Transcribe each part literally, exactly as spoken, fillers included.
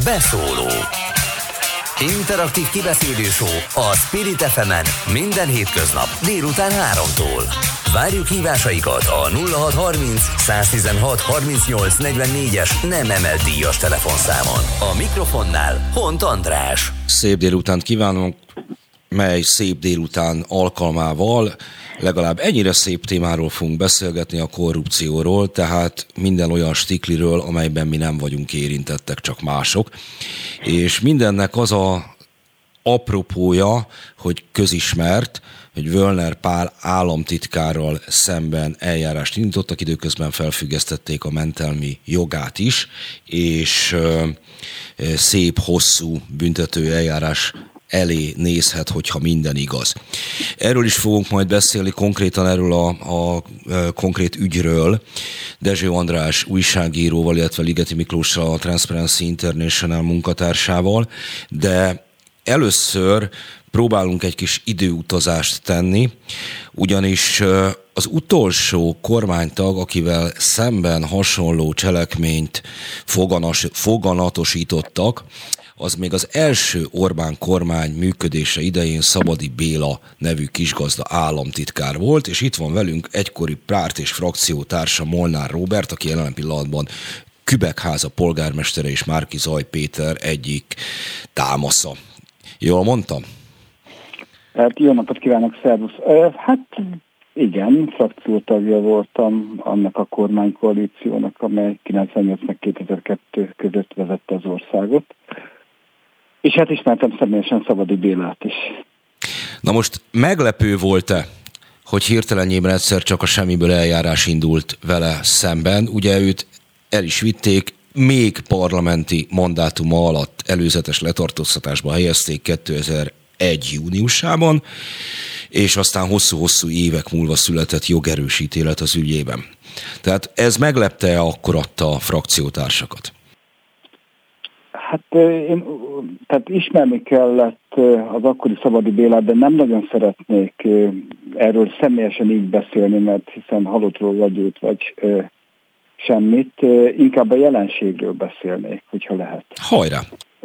Beszóló. Interaktív kibeszélő show a Spirit ef emen minden hétköznap délután háromtól. Várjuk hívásaikat a nulla hat harminc száztizenhat harmincnyolc negyvennégyes nem emelt díjas telefonszámon. A mikrofonnál Hont András. Szép délutánt kívánunk, mely szép délután alkalmával legalább ennyire szép témáról fogunk beszélgetni, a korrupcióról, tehát minden olyan stikliről, amelyben mi nem vagyunk érintettek, csak mások. És mindennek az a apropója, hogy közismert, hogy Völner Pál államtitkárral szemben eljárást indítottak, időközben felfüggesztették a mentelmi jogát is, és szép, hosszú büntető eljárás elé nézhet, hogyha minden igaz. Erről is fogunk majd beszélni, konkrétan erről a, a, a konkrét ügyről Dezső András újságíróval, illetve Ligeti Miklóssal, a Transparency International munkatársával, de először próbálunk egy kis időutazást tenni, ugyanis az utolsó kormánytag, akivel szemben hasonló cselekményt foganas, foganatosítottak, az még az első Orbán kormány működése idején Szabadi Béla nevű kisgazda államtitkár volt, és itt van velünk egykori párt és frakciótársa Molnár Róbert, aki jelen pillanatban Kübekháza polgármestere és Márki Zaj Péter egyik támasza. Jól mondtam? Hát, jó napot kívánok, szervusz. Hát igen, frakciótagja voltam annak a kormánykoalíciónak, amely kilencvennyolc meg kétezer-kettő között vezette az országot. És hát ismertem személyesen Szabadi Bélát is. Na most meglepő volt-e, hogy hirtelenjében egyszer csak a semmiből eljárás indult vele szemben? Ugye őt el is vitték, még parlamenti mandátuma alatt előzetes letartóztatásba helyezték kétezer-egy júniusában, és aztán hosszú-hosszú évek múlva született jogerős ítélet az ügyében. Tehát ez meglepte-e akkor adta a frakciótársakat? Hát én, tehát ismerni kellett az akkori Szabadi Bélát, de nem nagyon szeretnék erről személyesen így beszélni, mert hiszen halottról vagy őt, vagy semmit. Inkább a jelenségről beszélnék, hogyha lehet. Hajrá!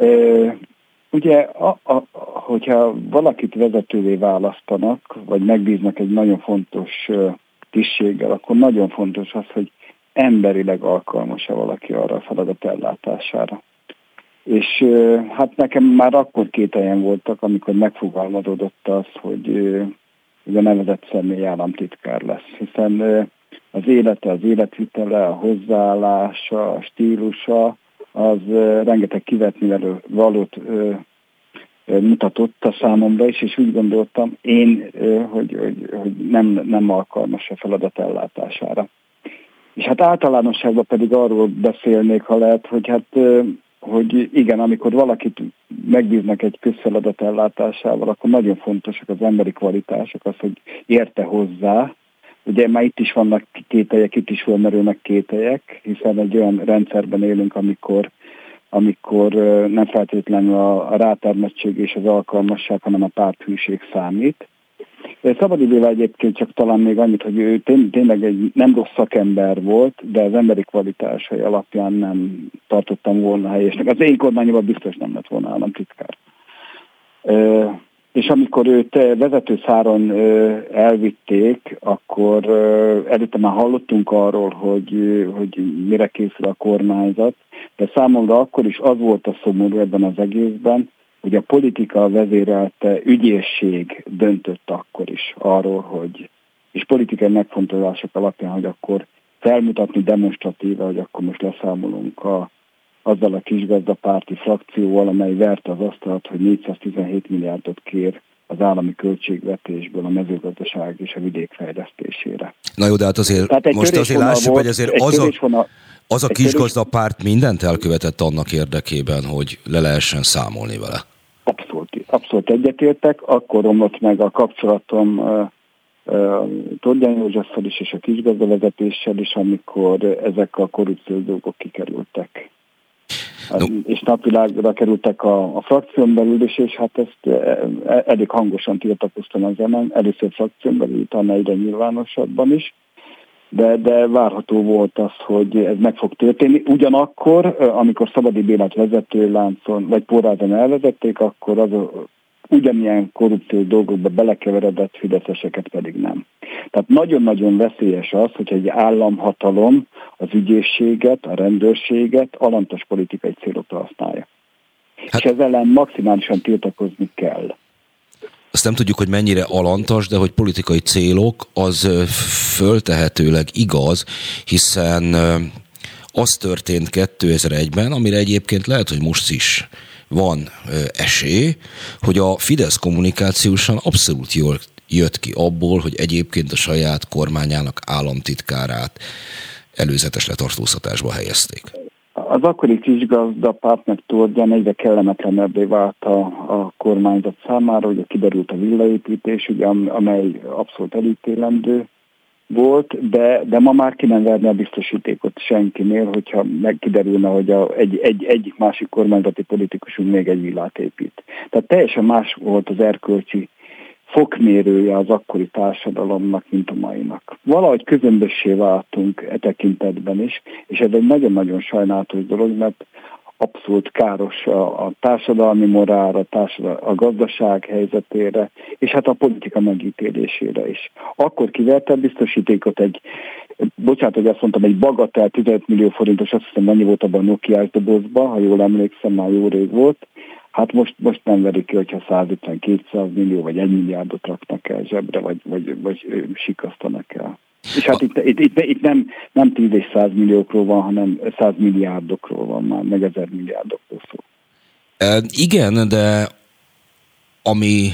Ugye, a, a, hogyha valakit vezetővé választanak, vagy megbíznak egy nagyon fontos tisztséggel, akkor nagyon fontos az, hogy emberileg alkalmas-e valaki arra a feladat ellátására. És hát nekem már akkor kételjen voltak, amikor megfogalmazódott az, hogy, hogy a nevezett személy államtitkár lesz. Hiszen az élete, az életvitele, a hozzáállása, a stílusa, az rengeteg kivetni valót mutatott a számomra is, és úgy gondoltam én, hogy, hogy, hogy nem, nem alkalmas a feladat ellátására. És hát általánosságban pedig arról beszélnék, ha lehet, hogy hát hogy igen, amikor valakit megbíznak egy közfeladat ellátásával, akkor nagyon fontosak az emberi kvalitások, az, hogy érte hozzá. Ugye már itt is vannak kételyek, itt is felmerülnek kételyek, hiszen egy olyan rendszerben élünk, amikor, amikor nem feltétlenül a, a rátermettség és az alkalmasság, hanem a párthűség számít. Szabadi Béla egyébként csak talán még annyit, hogy ő tényleg egy nem rossz szakember volt, de az emberi kvalitásai alapján nem tartottam volna helyesnek. Az én kormányomban biztos nem lett volna államtitkár. És amikor őt vezetőszáron elvitték, akkor előtte már hallottunk arról, hogy, hogy mire készül a kormányzat, de számomra akkor is az volt a szomorú ebben az egészben, hogy a politika vezérelte ügyészség döntött akkor is arról, hogy, és politikai megfontolások alapján, hogy akkor felmutatni demonstratíve, hogy akkor most leszámolunk a, azzal a kisgazdapárti frakcióval, amely verte az asztalt, hogy négyszáztizenhét milliárdot kér az állami költségvetésből a mezőgazdaság és a vidék fejlesztésére. Na jó, de hát azért most azért lássuk, volt, hogy azért az a, vonal, az a kisgazdapárt mindent elkövetett annak érdekében, hogy le lehessen számolni vele. Abszolút, abszolút egyetértek, akkor romlott meg a kapcsolatom uh, uh, Tordján Józseffel is és a kisgazdavezetéssel is, amikor ezek a korrupciós dolgok kikerültek. No. És napvilágra kerültek a, a frakción belül is, és hát ezt e, elég hangosan tiltakoztam az emen, először frakción belül, utána ide nyilvánosabban is. de, de várható volt az, hogy ez meg fog történni. Ugyanakkor, amikor Szabadi Bélát vezetőláncon, vagy Porrázon elvezették, akkor az a, ugyanilyen korrupciós dolgokba belekeveredett fideszeseket pedig nem. Tehát nagyon-nagyon veszélyes az, hogy egy államhatalom az ügyészséget, a rendőrséget alantas politikai célokra használja. Hát, és ezzel ellen maximálisan tiltakozni kell. Azt nem tudjuk, hogy mennyire alantas, de hogy politikai célok, az föltehetőleg igaz, hiszen az történt kétezer-egyben, amire egyébként lehet, hogy most is van esély, hogy a Fidesz kommunikációsan abszolút jól jött ki abból, hogy egyébként a saját kormányának államtitkárát előzetes letartóztatásba helyezték. Az akkori kisgazdapártnak Tordján egyre kellemetlenebbé vált a, a kormányzat számára, hogy kiderült a villaépítés, ugye, amely abszolút elítélendő volt, de, de ma már ki nem verne a biztosítékot senkinél, hogyha megkiderülne, hogy a, egy, egy, egy másik kormányzati politikusunk még egy villát épít. Tehát teljesen más volt az erkölcsi fokmérője az akkori társadalomnak, mint a mainak. Valahogy közömbössé váltunk e tekintetben is, és ez egy nagyon-nagyon sajnálatos dolog, mert abszolút káros a, a társadalmi morálra, a, társadalmi, a gazdaság helyzetére, és hát a politika megítélésére is. Akkor kiverte a biztosítékot egy, bocsánat, hogy azt mondtam, egy bagatel tizenöt millió forintos, azt hiszem annyi volt abban a Nokiás dobozban, ha jól emlékszem, már jó rég volt. Hát most, most nem verik ki, hogyha százötven-kétszáz millió vagy egy milliárdot raknak el zsebre, vagy, vagy, vagy sikasztanak el. És hát itt, itt, itt, itt nem, nem tíz és száz milliókról van, hanem száz milliárdokról van már, meg ezer milliárdokról szó. E, igen, de ami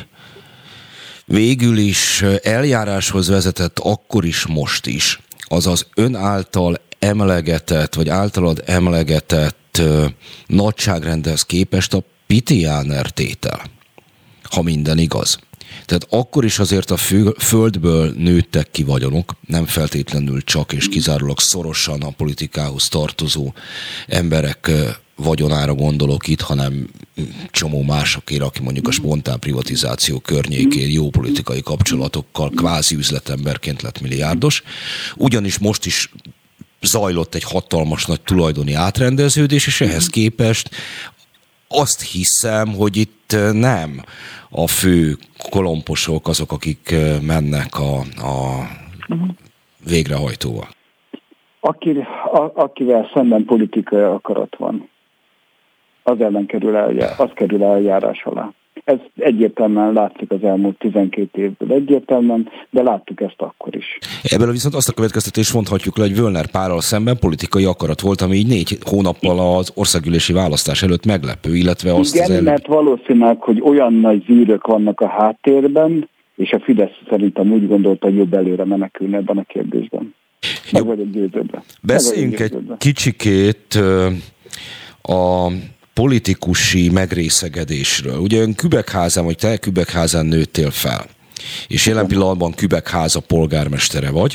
végül is eljáráshoz vezetett akkor is, most is, az az ön által emlegetett, vagy általad emlegetett nagyságrendhez képest a Pitiáner tétel, ha minden igaz. Tehát akkor is azért a földből nőttek ki vagyonok, nem feltétlenül csak és kizárólag szorosan a politikához tartozó emberek vagyonára gondolok itt, hanem csomó másokért, aki mondjuk a spontán privatizáció környékén jó politikai kapcsolatokkal kvázi üzletemberként lett milliárdos. Ugyanis most is zajlott egy hatalmas nagy tulajdoni átrendeződés, és ehhez képest azt hiszem, hogy itt nem a fő kolomposok azok, akik mennek a, a végrehajtóval. Aki, a, akivel szemben politikai akarat van, az ellen kerül eljár, az kerül eljárás alá. Ez egyértelműen látszik az elmúlt tizenkét évből egyértelműen, de láttuk ezt akkor is. Ebből viszont azt a következtetést mondhatjuk le, hogy Völner Párral szemben politikai akarat volt, ami így négy hónappal az országgyűlési választás előtt meglepő, illetve azt igen, az előtt... mert valószínűleg, hogy olyan nagy zűrök vannak a háttérben, és a Fidesz szerintem úgy gondolta, hogy jobb előre menekülni ebben a kérdésben. Meg vagyok győződve. Beszéljünk egy kicsikét a politikusi megrészegedésről. Ugye ön Kübekházán, vagy te Kübekházán nőttél fel, és jelen pillanatban Kübekháza polgármestere vagy.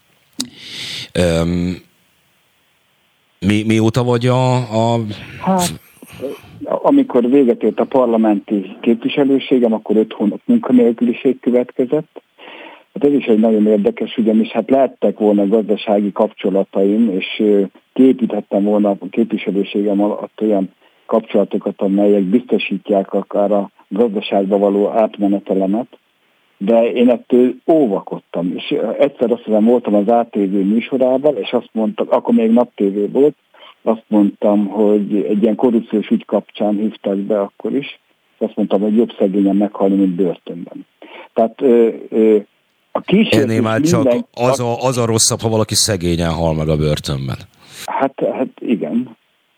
Um, mi, mióta vagy a... a... Hát, amikor véget ért a parlamenti képviselőségem, akkor öt hónap munkanélküliség következett. Hát ez is egy nagyon érdekes, ugyanis hát lehettek volna gazdasági kapcsolataim, és kiépíthettem volna a képviselőségem alatt olyan kapcsolatokat, amelyek biztosítják akár a gazdaságba való átmenetelemet, de én ettől óvakodtam. És egyszer azt hiszem voltam az á té vé műsorában, és azt mondtam, akkor még Nap té vé volt, azt mondtam, hogy egy ilyen korrupciós ügy kapcsán hívtak be akkor is, és azt mondtam, hogy jobb szegényen meghalni, mint börtönben. Tehát ö, ö, a kísértés ennél már csak minden... az a, az a rosszabb, ha valaki szegényen hal meg a börtönben. Hát, hát igen.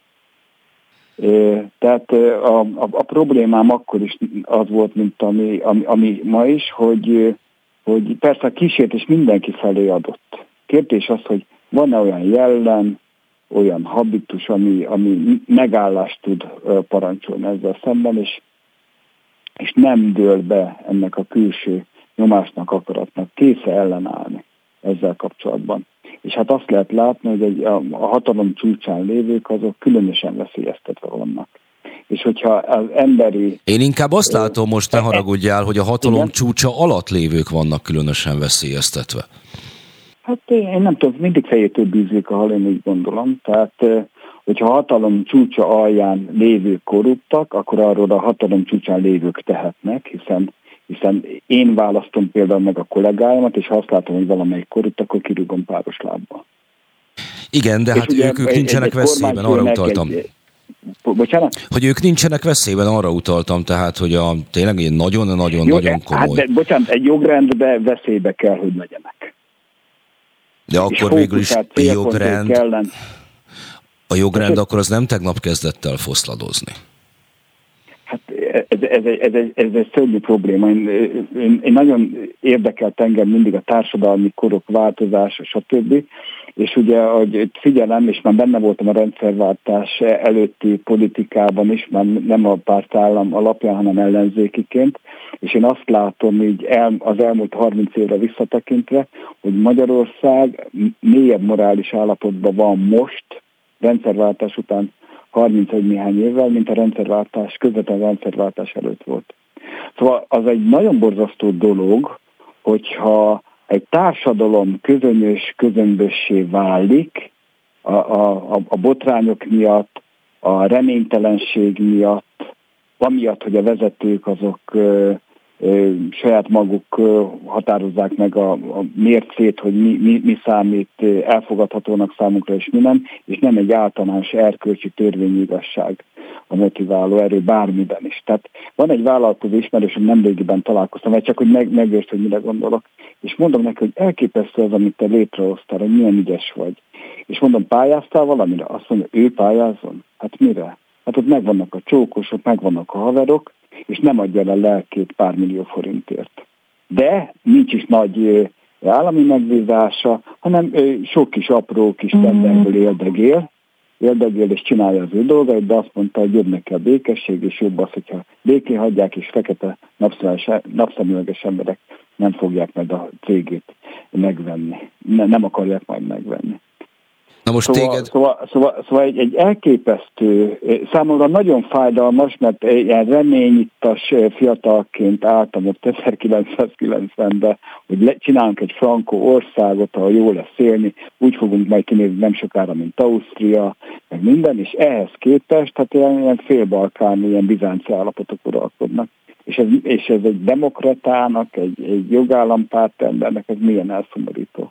Tehát a, a, a problémám akkor is az volt, mint ami, ami, ami ma is, hogy, hogy persze a kísértés mindenki felé adott. Kérdés az, hogy van-e olyan jellem, olyan habitus, ami, ami megállást tud parancsolni ezzel szemben, és, és nem dől be ennek a külső nyomásnak, akaratnak, késze ellenállni ezzel kapcsolatban. És hát azt lehet látni, hogy egy, a, a hatalom csúcsán lévők azok különösen veszélyeztetve vannak. És hogyha az emberi... Én inkább azt látom, most ne haragudjál, hogy a hatalom igen? csúcsa alatt lévők vannak különösen veszélyeztetve. Hát én nem tudom, mindig fejétől bűzik a hal, én úgy gondolom. Tehát, hogyha a hatalom csúcsa alján lévők korruptak, akkor arról a hatalom csúcsán lévők tehetnek, hiszen, hiszen én választom például meg a kollégáimat, és ha azt látom, hogy valamelyik korrupt, akkor kirúgom páros lábbal. Igen, de és hát ők, ők nincsenek egy, egy veszélyben, arra utaltam. Egy, Bocsánat? Hogy ők nincsenek veszélyben, arra utaltam, tehát, hogy a tényleg egy nagyon-nagyon-nagyon komoly. Hát de, bocsánat, egy jogrendbe veszélybe kell, hogy legyenek. De akkor végül is a jogrend, ellen... a jogrend akkor az nem tegnap kezdett el foszladozni. Hát ez, ez, ez, ez, ez egy szörnyű probléma. Én, én, én nagyon érdekelt engem mindig a társadalmi korok változása, stb. És ugye, hogy figyelem, és már benne voltam a rendszerváltás előtti politikában is, már nem a pártállam alapján, hanem ellenzékiként, és én azt látom így el, az elmúlt harminc évre visszatekintve, hogy Magyarország mélyebb morális állapotban van most, rendszerváltás után harmincegy néhány évvel, mint a rendszerváltás, közvetlen rendszerváltás előtt volt. Szóval az egy nagyon borzasztó dolog, hogyha egy társadalom közönyös, közömbössé válik a, a, a botrányok miatt, a reménytelenség miatt, amiatt, hogy a vezetők azok ö, ö, saját maguk ö, határozzák meg a, a mércét, hogy mi, mi, mi számít elfogadhatónak számunkra és mi nem, és nem egy általános erkölcsi törvényi igazság a motiváló erő bármiben is. Tehát van egy vállalkozó ismerősöm, nemrégiben találkoztam, vagy csak hogy meg, megértsd, hogy mire gondolok, és mondom neki, hogy elképesztő az, amit te létrehoztál, hogy milyen ügyes vagy. És mondom, pályáztál valamire? Azt mondja, ő pályázzon? Hát mire? Hát ott megvannak a csókosok, megvannak a haverok, és nem adja le lelkét pár millió forintért. De nincs is nagy állami megbízása, hanem sok kis apró kis tenderből éldegél, éldegél és csinálja az ő dolgait, de azt mondta, hogy jobb neki a békesség, és jobb az, hogyha békén hagyják, és fekete napszemüveges emberek nem fogják meg a cégét megvenni. Ne, nem akarják majd megvenni. Na most szóval, téged... Szóval, szóval, szóval egy, egy elképesztő, számomra nagyon fájdalmas, mert ilyen reményittas fiatalként álltam ott ezerkilencszázkilencvenben, hogy le, csinálunk egy frankó országot, ahol jó lesz élni, úgy fogunk majd kinézni nem sokára, mint Ausztria, meg minden, és ehhez képest, hát ilyen, ilyen félbalkáni, ilyen bizánci állapotok uralkodnak. És ez, és ez egy demokratának, egy, egy jogállampárt embernek, ez milyen elszomorító.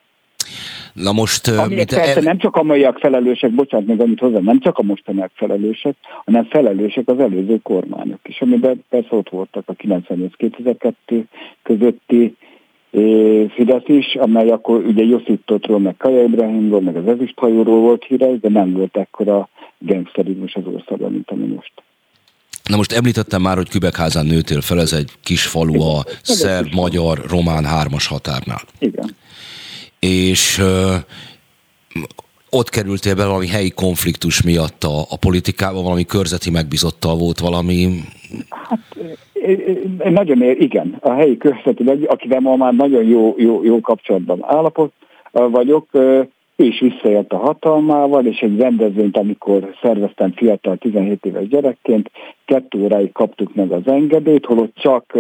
Na most... Amiért persze el... nem csak a maiak felelősek, bocsánat, még annyit hozzá, nem csak a mostaniak felelősek, hanem felelősek az előző kormányok is, amiben persze ott voltak a kilencvennyolc-kétezer-kettő közötti Fidesz is, amely akkor ugye Josip Totról, meg Kaja Ibrahimról, meg az ezüsthajóról volt híres, de nem volt ekkora gangsterizmus az országban, mint ami most. Na most említettem már, hogy Kübekházán nőttél fel, ez egy kis falu a szerb-magyar-román hármas határnál. Igen. És ö, ott kerültél be valami helyi konfliktus miatt a, a politikába, valami körzeti megbízottal volt valami... Hát nagyon ér, igen, a helyi körzeti, akivel ma már nagyon jó, jó, jó kapcsolatban állapot vagyok, ő is visszaélt a hatalmával, és egy rendezvényt, amikor szerveztem fiatal tizenhét éves gyerekként, kettő óráig kaptuk meg az engedélyt, holott csak...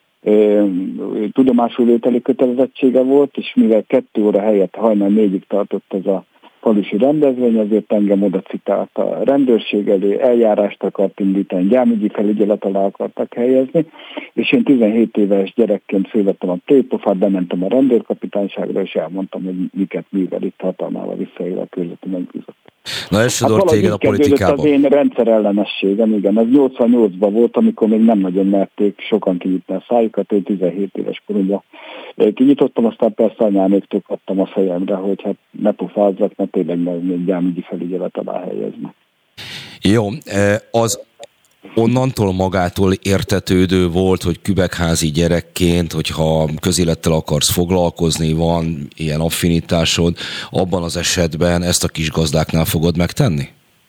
tudomásul vételi kötelezettsége volt, és mivel kettő óra helyett hajnal négyig tartott ez a falusi rendezvény, ezért engem oda citált a rendőrség elé, eljárást akart indítani, gyámügyi felügyelet alá akartak helyezni, és én tizenhét éves gyerekként fölvettem a tépofát, bementem a rendőrkapitányságra, és elmondtam, hogy miket művel itt hatalmával visszaél a körzeti megbízott. Na ez sodor hát téged a politikában. Az én rendszerellenességem, igen, ez nyolcvannyolcban volt, amikor még nem nagyon merték sokan kinyitni a szájukat, én tizenhét éves koromban kinyitottam, aztán persze anyáméktől kaptam a fejemre, hogy hát ne pofázzak, mert tényleg még gyámügyi felügyelet alá helyeznek. Jó, az onnantól magától értetődő volt, hogy kübekházi gyerekként, hogyha közélettel akarsz foglalkozni, van ilyen affinitásod, abban az esetben ezt a kis gazdáknál fogod megtenni?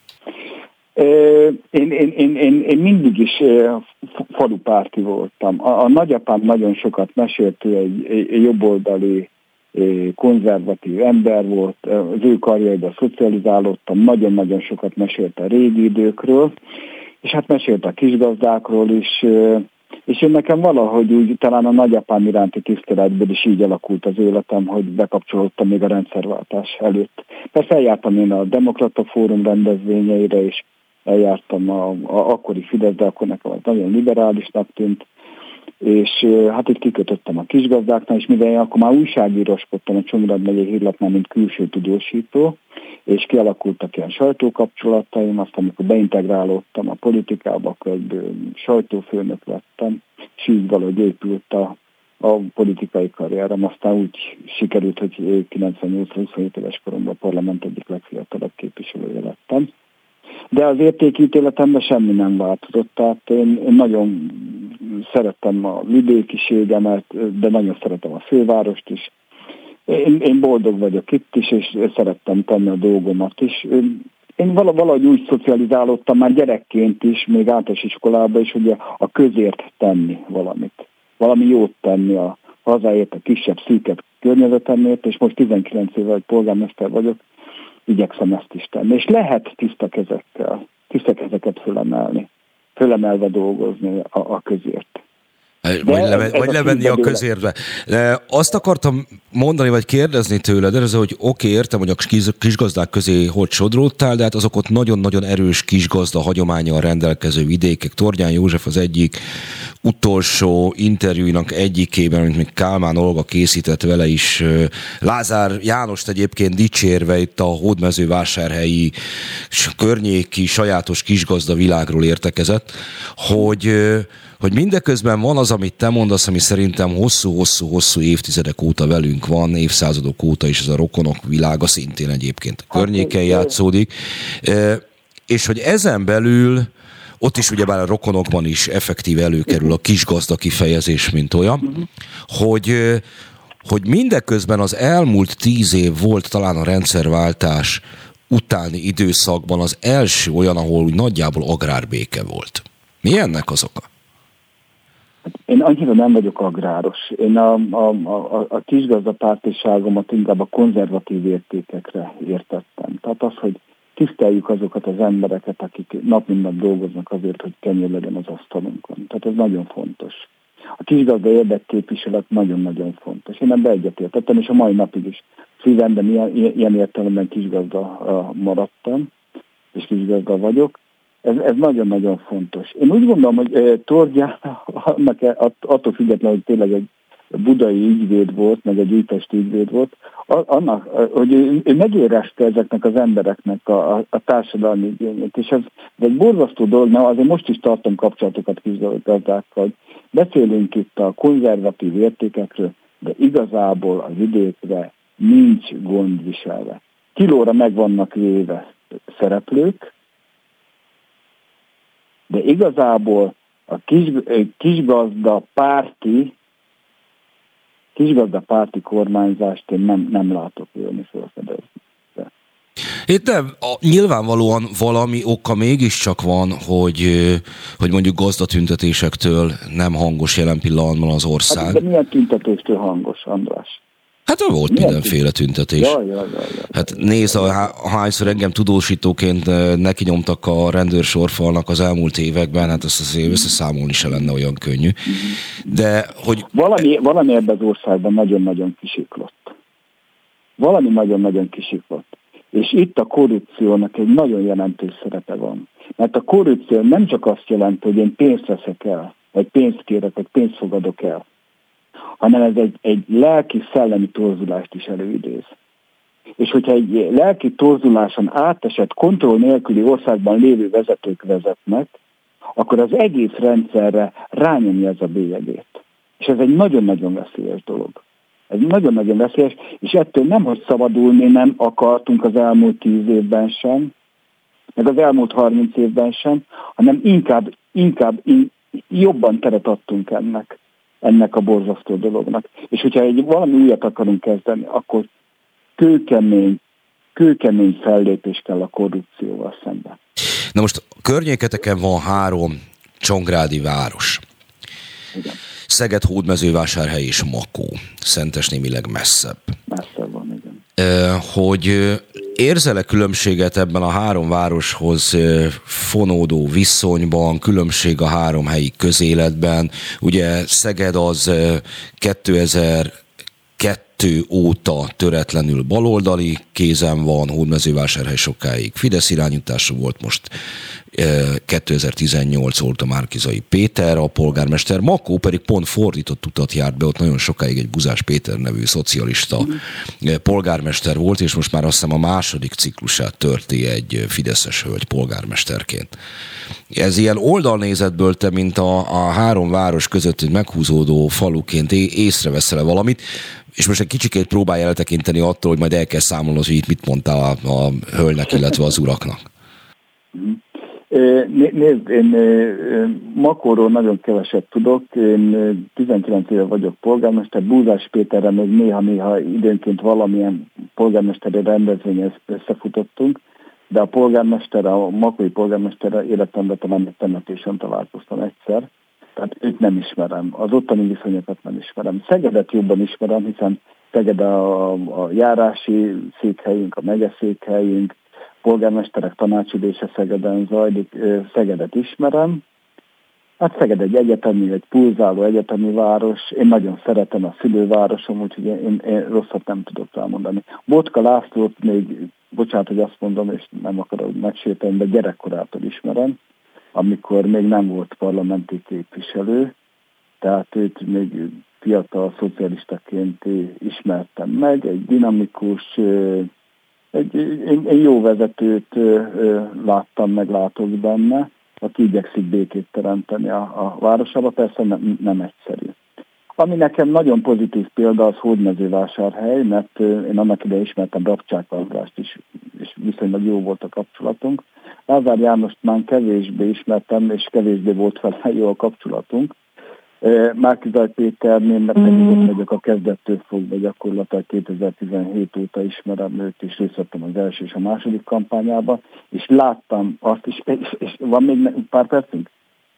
Én, én, én, én, én mindig is falupárti voltam. A, a nagyapám nagyon sokat mesélt, ő egy, egy jobboldali konzervatív ember volt, az ő karjaiban szocializálódtam, nagyon-nagyon sokat mesélt a régi időkről, és hát mesélt a kisgazdákról is, És én nekem valahogy úgy talán a nagyapám iránti tiszteletből is így alakult az életem, hogy bekapcsolódtam még a rendszerváltás előtt. Persze eljártam én a Demokrata Fórum rendezvényeire, és eljártam a, a akkori Fidesz, de akkor nekem az nagyon liberálisnak tűnt, és hát itt kikötöttem a kisgazdáknál, és mivel én akkor már újságíroskodtam a Csongrád megyei hírlapnál, mint külső tudósító, és kialakultak ilyen sajtókapcsolataim, aztán amikor beintegrálódtam a politikába, akkor egyből sajtófőnök lettem, és így valahogy épült a, a politikai karrierem. Aztán úgy sikerült, hogy kilencvennyolc-huszonhét éves koromban a parlament egyik legfiatalabb képviselője lettem. De az értékítéletemben semmi nem változott, tehát én, én nagyon szerettem a vidékiségemet, de nagyon szeretem a fővárost is. Én, én boldog vagyok itt is, és szerettem tenni a dolgomat is. Én valahogy úgy szocializálódtam már gyerekként is, még általános iskolában is, hogy a, a közért tenni valamit. Valami jót tenni a hazáért, a kisebb, szűkebb környezetemért, és most tizenkilenc éve, hogy polgármester vagyok, igyekszem ezt is tenni. És lehet tiszta kezekkel, tiszta kezeket fölemelni, fölemelve dolgozni a, a közért. Vagy, leve, vagy levenni a közérbe. De azt akartam mondani, vagy kérdezni tőled, ez, hogy oké, okay, értem, hogy a kis, kisgazdák közé hogy sodródtál, de hát azok ott nagyon-nagyon erős kisgazda hagyománnyal rendelkező vidékek. Torgyán József az egyik utolsó interjúinak egyikében, amit még Kálmán Olga készített vele is, Lázár Jánost egyébként dicsérve itt a hódmezővásárhelyi környéki sajátos kisgazda világról értekezett, hogy hogy mindeközben van az, amit te mondasz, ami szerintem hosszú-hosszú-hosszú évtizedek óta velünk van, évszázadok óta is, ez a rokonok világa szintén egyébként a környéken játszódik, és hogy ezen belül ott is ugyebár a rokonokban is effektív előkerül a kisgazda kifejezés, mint olyan, hogy, hogy mindeközben az elmúlt tíz év volt talán a rendszerváltás utáni időszakban az első olyan, ahol úgy nagyjából agrárbéke volt. Mi ennek az oka? Én annyira nem vagyok agráros. Én a, a, a, a kisgazdapártiságomat inkább a konzervatív értékekre értettem. Tehát az, hogy tiszteljük azokat az embereket, akik nap mint nap dolgoznak azért, hogy kenyér legyen az asztalunkon. Tehát ez nagyon fontos. A kisgazda érdekképviselet nagyon-nagyon fontos. Én ebbe egyetértettem, és a mai napig is szívemben ilyen, ilyen értelemben kisgazda maradtam, és kisgazda vagyok. Ez, ez nagyon-nagyon fontos. Én úgy gondolom, hogy e, Torgyán attól függetlenül, hogy tényleg egy budai ügyvéd volt, meg egy újpesti ügyvéd volt, annak, hogy ő, ő megérezte ezeknek az embereknek a, a, a társadalmi igényét. És ez, ez egy borzasztó dolog, mert azért most is tartom kapcsolatokat kisgazdákkal. Beszélünk itt a konzervatív értékekről, de igazából a vidékre nincs gond viselve. Kilóra meg vannak véve szereplők, de igazából a kis, kisgazda párti, kisgazda párti kormányzást én nem, nem látok élni felfedezni. Itt nem, a, nyilvánvalóan valami oka mégiscsak van, hogy, hogy mondjuk gazdatüntetésektől nem hangos jelen pillanatban az ország. Hát, de milyen tüntetéstől hangos, András? Hát volt milyen mindenféle tüntetés. Ja, ja, ja, ja. Hát nézd, a, hányszor engem tudósítóként neki nyomtak a rendőrsorfalnak az elmúlt években, hát azt azért összeszámolni se lenne olyan könnyű. De hogy... Valami, valami ebben az országban nagyon-nagyon kisiklott. Valami nagyon-nagyon kisiklott. És itt a korrupciónak egy nagyon jelentős szerepe van. Mert a korrupció nem csak azt jelenti, hogy én pénzt veszek el, vagy pénzt kérek, vagy pénzt fogadok el, hanem ez egy, egy lelki-szellemi torzulást is előidéz. És hogyha egy lelki torzuláson átesett, kontroll nélküli országban lévő vezetők vezetnek, akkor az egész rendszerre rányomja ez a bélyegét. És ez egy nagyon-nagyon veszélyes dolog. Ez nagyon-nagyon veszélyes, és ettől nem, hogy szabadulni nem akartunk az elmúlt tíz évben sem, meg az elmúlt harminc évben sem, hanem inkább, inkább in, jobban teret adtunk ennek. ennek a borzasztó dolognak. És hogyha egy valami újat akarunk kezdeni, akkor kőkemény, kőkemény fellépés kell a korrupcióval szemben. Na most a környéketeken van három csongrádi város. Igen. Szeged, Hódmezővásárhely és Makó. Szentes némileg messzebb. Messzebb van, igen. Hogy érzel-e különbséget ebben a három városhoz fonódó viszonyban, különbség a három helyi közéletben? Ugye Szeged az kétezer-kettő óta töretlenül baloldali kézen van, Hódmezővásárhely sokáig Fidesz irányítású volt, most kétezer-tizennyolc óta Márki-Zay Péter a polgármester, Makó pedig pont fordított utat járt be, ott nagyon sokáig egy Buzás Péter nevű szocialista polgármester volt, és most már azt hiszem a második ciklusát törti egy fideszes hölgy polgármesterként. Ez ilyen oldalnézetből te, mint a, a három város között egy meghúzódó faluként észreveszel-e valamit, és most egy kicsikét próbálj eltekinteni attól, hogy majd el kell számolnod, hogy itt mit mondtál a, a hölgynek, illetve az uraknak. Nézd, én Makóról nagyon keveset tudok, én tizenkilenc éve vagyok polgármester, Búzás Péterrel még néha-néha időnként valamilyen polgármesteri rendezvényhez összefutottunk, de a polgármester, a makói polgármesterrel életemben talán egy temetésen találkoztam egyszer, tehát őt nem ismerem, az ottani viszonyokat nem ismerem. Szegedet jobban ismerem, hiszen Szeged a, a járási székhelyünk, a megyeszékhelyünk, polgármesterek tanácsülése Szegeden zajlik, Szegedet ismerem. Hát Szeged egy egyetemi, egy pulzáló egyetemi város, én nagyon szeretem a szülővárosom, úgyhogy én, én rosszat nem tudok elmondani. Botka Lászlót még, bocsánat, hogy azt mondom, és nem akarok megsérteni, de gyerekkorától ismerem, amikor még nem volt parlamenti képviselő, tehát őt még fiatal szocialistaként ismertem meg, egy dinamikus, egy, én, én jó vezetőt láttam, meg látok benne, aki igyekszik békét teremteni a, a városába, persze nem, nem egyszerű. Ami nekem nagyon pozitív példa, az Hódmezővásárhely, mert én annak idején ismertem Rabcsák Andrást is, és viszonylag jó volt a kapcsolatunk. Lázár Jánost már kevésbé ismertem, és kevésbé volt vele jó a kapcsolatunk. Márki-Zay Péternél, mert mm. vagyok a kezdettől fogva, gyakorlatilag kétezer-tizenhét óta ismerem őt, és részt vettem az első és a második kampányában, és láttam azt is, és, és van még pár percünk?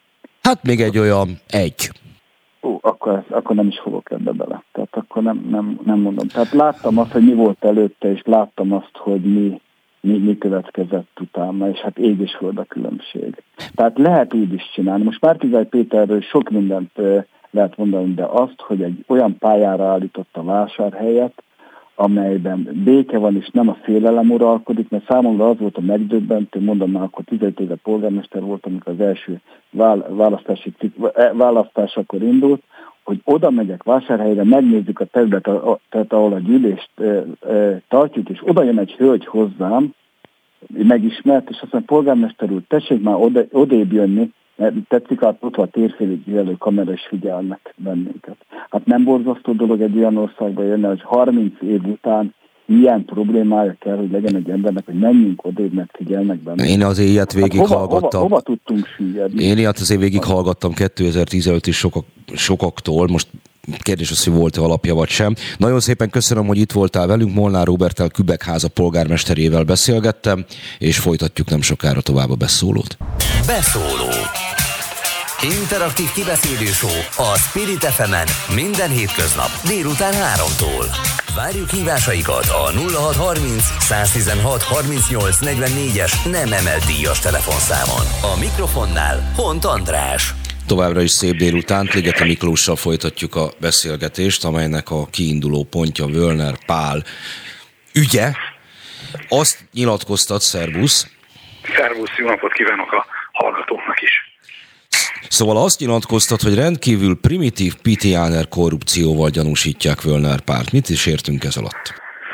Hát még egy olyan egy. Ó, akkor, akkor nem is fogok ebbe bele. Tehát akkor nem, nem, nem mondom. Tehát láttam azt, hogy mi volt előtte, és láttam azt, hogy mi, mi, mi következett utána, és hát ég és föld a különbség. Tehát lehet úgy is csinálni. Most Márki-Zay Péterről sok mindent lehet mondani, de azt, hogy egy olyan pályára állított a Vásárhelyet, amelyben béke van, és nem a félelem uralkodik, mert számomra az volt a megdöbbentő, mondom már, akkor tizenöt éve polgármester voltam, amikor az első választási választásakor indult, hogy oda megyek Vásárhelyre, megnézzük a területet, tehát ahol a gyűlést e, e, tartjuk, és oda jön egy hölgy hozzám, megismert, és azt mondja, polgármester úr, tessék már oda, odébb jönni, mert tetszik, hát ott van a térfélig jelő kamera, és figyelnek bennünket. Hát nem borzasztó dolog egy olyan országba jönni, hogy harminc év után ilyen problémája kell, hogy legyen egy embernek, hogy menjünk odébb, mert figyelnek bennünket. Én azért ilyet végighallgattam. Hát hova, hova, hova tudtunk süllyedni? Én ilyet azért végighallgattam kétezer-tizenöt is sokak, sokaktól, most kérdés az, hogy volt-e alapja vagy sem. Nagyon szépen köszönöm, hogy itt voltál velünk, Molnár Róberttel, Kübekháza polgármesterével beszélgettem, és folytatjuk nem sokára tovább a beszólót. Beszóló. Interaktív kibeszélő show a Spirit ef emen minden hétköznap délután háromtól. Várjuk hívásaikat a nulla hat harminc száztizenhat harmincnyolc negyvennégyes nem emelt díjas telefonszámon. A mikrofonnál Hont András. Továbbra is szép délután, Ligeti Miklóssal folytatjuk a beszélgetést, amelynek a kiinduló pontja Völner Pál ügye. Azt nyilatkoztat, szervusz. Szervusz, jó napot kívánok a hallgatóknak is. Szóval azt nyilatkoztat, hogy rendkívül primitív pitiáner korrupcióval gyanúsítják Völner Pált. Mit is értünk ez alatt?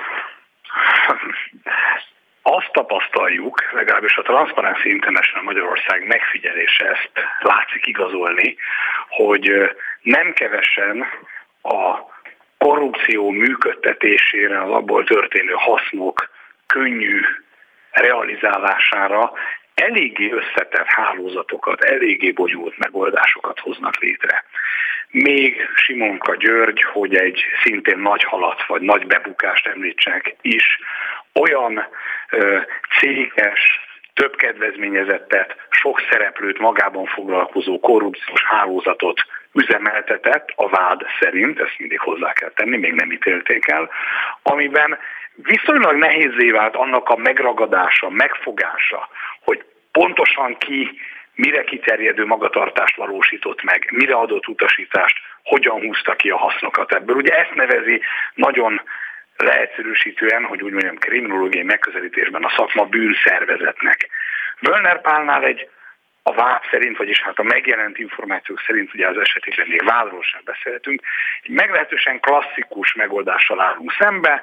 Azt tapasztaljuk, legalábbis a Transparency International Magyarország megfigyelése ezt látszik igazolni, hogy nem kevesen a korrupció működtetésére, az abból történő hasznok könnyű realizálására eléggé összetett hálózatokat, eléggé bonyolult megoldásokat hoznak létre. Még Simonka György, hogy egy szintén nagy halat vagy nagy bebukást említsek is, olyan ö, céges, több kedvezményezettet, sok szereplőt magában foglalkozó korrupciós hálózatot üzemeltetett a vád szerint, ezt mindig hozzá kell tenni, még nem ítélték el, amiben viszonylag nehézzé vált annak a megragadása, megfogása, hogy pontosan ki mire kiterjedő magatartást valósított meg, mire adott utasítást, hogyan húzta ki a hasznokat ebből. Ugye ezt nevezi nagyon leegyszerűsítően, hogy úgy mondjam, kriminológiai megközelítésben a szakma bűnszervezetnek. Völner Pálnál egy a vád szerint, vagyis hát a megjelent információk szerint, ugye az esetében még vádról sem beszéltünk, egy meglehetősen klasszikus megoldással állunk szembe.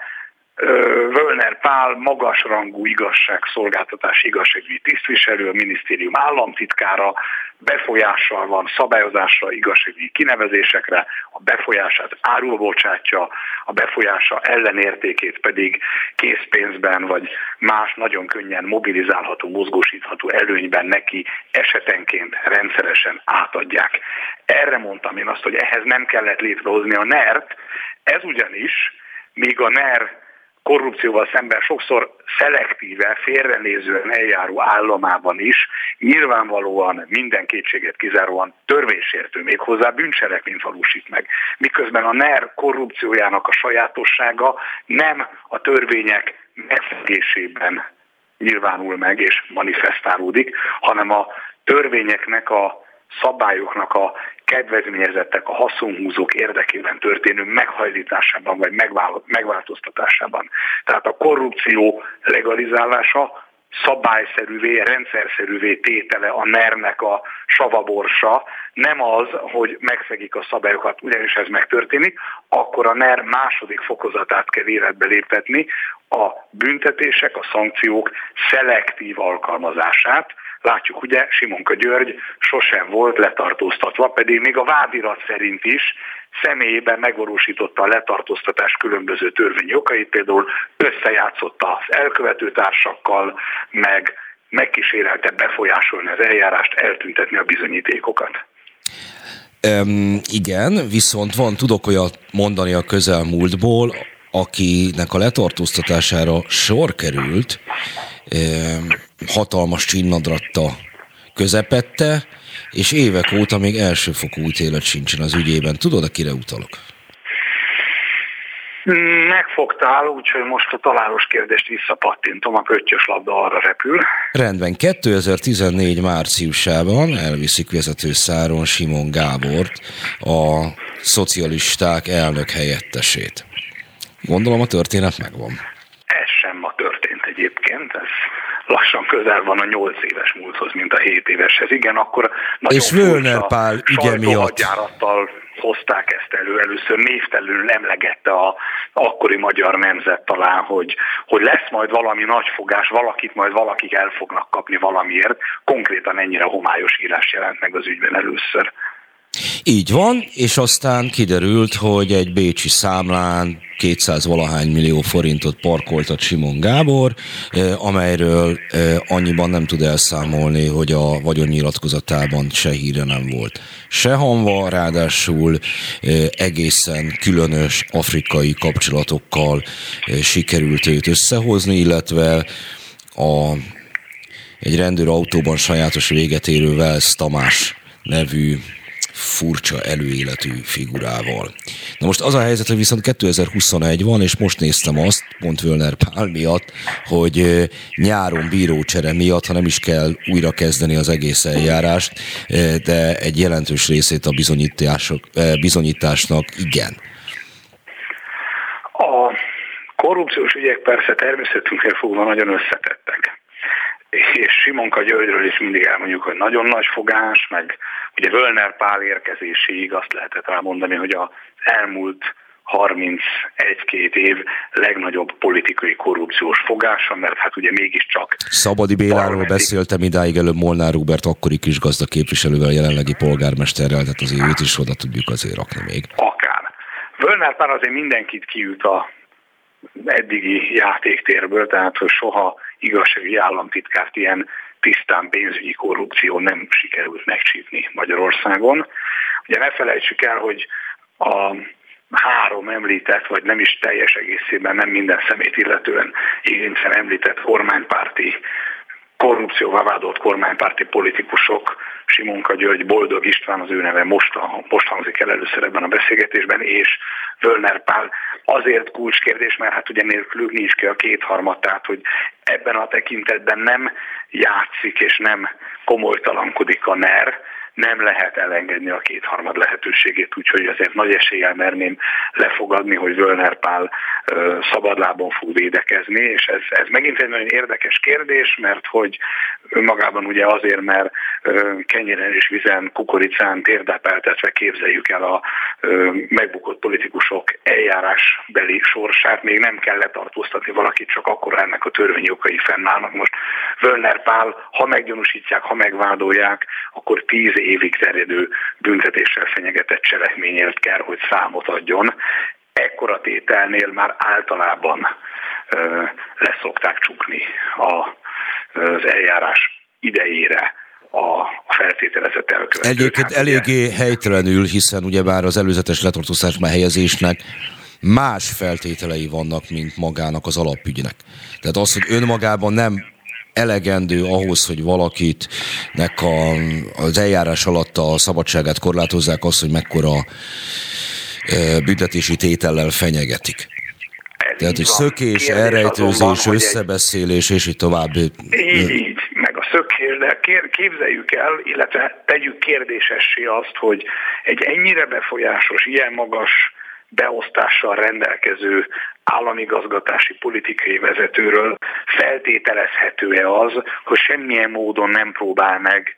Völner Pál magasrangú igazságszolgáltatási igazságügyi tisztviselő, a minisztérium államtitkára, befolyással van szabályozásra, igazságügyi kinevezésekre, a befolyását árul bocsátja, a befolyása ellenértékét pedig készpénzben vagy más nagyon könnyen mobilizálható, mozgósítható előnyben neki esetenként rendszeresen átadják. Erre mondtam én azt, hogy ehhez nem kellett létrehozni a nert, ez ugyanis, míg a NER korrupcióval szemben sokszor szelektíve, félrenézően eljáró államában is nyilvánvalóan minden kétséget kizáróan törvénysértő, méghozzá bűncselekményt valósít meg. Miközben a NER korrupciójának a sajátossága nem a törvények megszegésében nyilvánul meg és manifestálódik, hanem a törvényeknek, a szabályoknak a kedvezményezettek, a haszonhúzók érdekében történő meghajlításában vagy megváltoztatásában. Tehát a korrupció legalizálása szabályszerűvé, rendszerszerűvé tétele a NER-nek a savaborsa, nem az, hogy megszegik a szabályokat, ugyanis ez megtörténik, akkor a NER második fokozatát kell életbe léptetni, a büntetések, a szankciók szelektív alkalmazását. Látjuk, ugye Simonka György sosem volt letartóztatva, pedig még a vádirat szerint is személyében megvalósította a letartóztatás különböző törvényi okait, például összejátszotta az elkövető társakkal, meg megkísérelte befolyásolni az eljárást, eltüntetni a bizonyítékokat. Um, igen, viszont van, tudok olyat mondani a közelmúltból, akinek a letartóztatására sor került, um, hatalmas csinnadratta közepette, és évek óta még elsőfokú ítélet sincsen az ügyében. Tudod, kire utalok? Megfogtál, úgyhogy most a találós kérdést visszapattintom, a pöttyös labda arra repül. Rendben, kétezer-tizennégy márciusában elviszik vezetőszáron Simon Gábort, a szocialisták elnök helyettesét. Gondolom a történet megvan. Ez sem ma történt egyébként, ez lassan közel van a nyolc éves múlthoz, mint a hét éveshez. Igen, akkor nagyon és Völner Pál ügye miatt sajtóhadjárattal hozták ezt elő. Először névtelenül emlegette a akkori Magyar Nemzet talán, hogy, hogy lesz majd valami nagyfogás, valakit majd valakik el fognak kapni valamiért. Konkrétan ennyire homályos írás jelent meg az ügyben először. Így van, és aztán kiderült, hogy egy bécsi számlán kétszáz valahány millió forintot parkoltat Simon Gábor, amelyről annyiban nem tud elszámolni, hogy a vagyonnyilatkozatában se híre nem volt. Se hamva, ráadásul egészen különös afrikai kapcsolatokkal sikerült őt összehozni, illetve a, egy rendőrautóban sajátos véget érő Wells Tamás nevű furcsa előéletű figurával. Na most az a helyzet, hogy viszont kétezer-huszonegy van, és most néztem azt, pont Völner Pál miatt, hogy nyáron bírócsere miatt, ha nem is kell újra kezdeni az egész eljárást, de egy jelentős részét a bizonyítások, bizonyításnak igen. A korrupciós ügyek persze természetünknél fogva nagyon összetettek. És Simonka Györgyről is mindig elmondjuk, hogy nagyon nagy fogás, meg ugye Völner Pál érkezéséig azt lehetett elmondani, hogy az elmúlt harmincegy-két év legnagyobb politikai korrupciós fogása, mert hát ugye mégiscsak... Szabadi Béláról parlamenti... beszéltem idáig, előbb Molnár Róbert akkori kisgazda képviselővel, jelenlegi polgármesterrel, tehát azért őt is oda tudjuk azért rakni még. Akár. Völner Pál azért mindenkit kiüt a eddigi játéktérből, tehát hogy soha igazságügyi államtitkárt ilyen tisztán pénzügyi korrupció nem sikerült megcsípni Magyarországon. Ugye ne felejtsük el, hogy a három említett, vagy nem is teljes egészében, nem minden szemét illetően érintszen említett kormánypárti korrupcióval vádolt kormánypárti politikusok, Simonka György, Boldog István, az ő neve most, most hangzik el először ebben a beszélgetésben, és Völner Pál azért kulcskérdés, mert hát ugye nélkülük nincs ki a kétharmad, tehát hogy ebben a tekintetben nem játszik és nem komolytalankodik a NER, nem lehet elengedni a kétharmad lehetőségét, úgyhogy azért nagy eséllyel merném lefogadni, hogy Völner Pál ö, szabadlábon fog védekezni, és ez, ez megint egy nagyon érdekes kérdés, mert hogy önmagában ugye azért, mert ö, kenyéren és vizen, kukoricán térdepeltetve képzeljük el a ö, megbukott politikusok eljárásbeli sorsát, még nem kell letartóztatni valakit, csak akkor ennek a törvényi okai fennállnak. Most Völner Pál, ha meggyanúsítják, ha megvádolják, akkor tíz évig terjedő büntetéssel fenyegetett cselekményért kell, hogy számot adjon. Ekkora tételnél már általában ö, leszokták csukni a, az eljárás idejére a feltételezett elkövetőt. Egyébként hát eléggé ugye... helytelenül, hiszen ugyebár az előzetes letartóztatásban helyezésnek más feltételei vannak, mint magának az alapügynek. Tehát az, hogy önmagában nem elegendő ahhoz, hogy valakitnek a, az eljárás alatt a szabadságát korlátozzák, az, hogy mekkora e, büntetési tétellel fenyegetik. Ez Tehát, hogy szökés, elrejtőzés, összebeszélés, és így tovább. Így, így, meg a szökés, de képzeljük el, illetve tegyük kérdésessé azt, hogy egy ennyire befolyásos, ilyen magas beosztással rendelkező államigazgatási politikai vezetőről feltételezhető-e az, hogy semmilyen módon nem próbál meg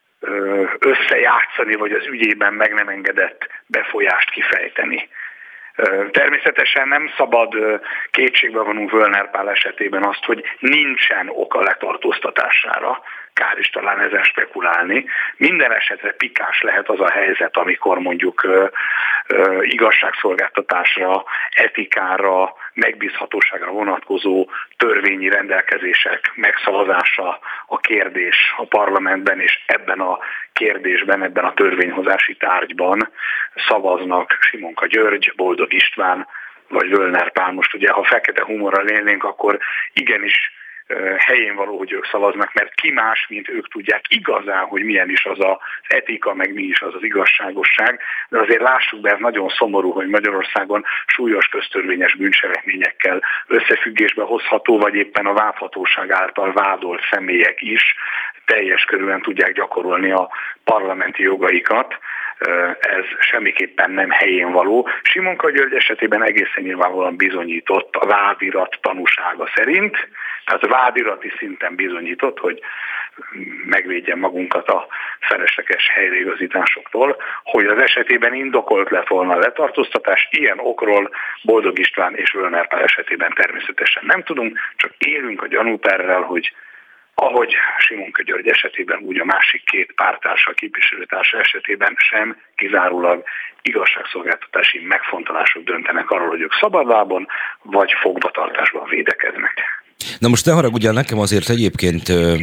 összejátszani, vagy az ügyében meg nem engedett befolyást kifejteni. Természetesen nem szabad kétségbe vonunk Völner Pál esetében azt, hogy nincsen oka letartóztatására, kár is talán ezen spekulálni. Minden esetre pikás lehet az a helyzet, amikor mondjuk ö, ö, igazságszolgáltatásra, etikára, megbízhatóságra vonatkozó törvényi rendelkezések megszavazása a kérdés a parlamentben, és ebben a kérdésben, ebben a törvényhozási tárgyban szavaznak Simonka György, Boldog István vagy Völner Pál. Most ugye, ha fekete humorral élnénk, akkor igenis helyén való, hogy ők szavaznak, mert ki más, mint ők tudják igazán, hogy milyen is az az etika, meg mi is az az igazságosság, de azért lássuk be, ez nagyon szomorú, hogy Magyarországon súlyos köztörvényes bűncselekményekkel összefüggésbe hozható, vagy éppen a vádhatóság által vádolt személyek is teljes körülön tudják gyakorolni a parlamenti jogaikat. Ez semmiképpen nem helyén való. Simonka György esetében egészen nyilvánvalóan bizonyított a vádirat tanúsága szerint, tehát vádirati szinten bizonyított, hogy megvédjen magunkat a felesleges helyreigazításoktól, hogy az esetében indokolt lett volna a letartóztatás, ilyen okról Boldog István és Völner Pál esetében természetesen nem tudunk, csak élünk a gyanúperrel, hogy ahogy Simonka György esetében, úgy a másik két párttársa, képviselőtársa esetében sem kizárólag igazságszolgáltatási megfontolások döntenek arról, hogy ők szabadlábon vagy fogvatartásban védekeznek. Na most ne haragudjál, nekem azért egyébként ö,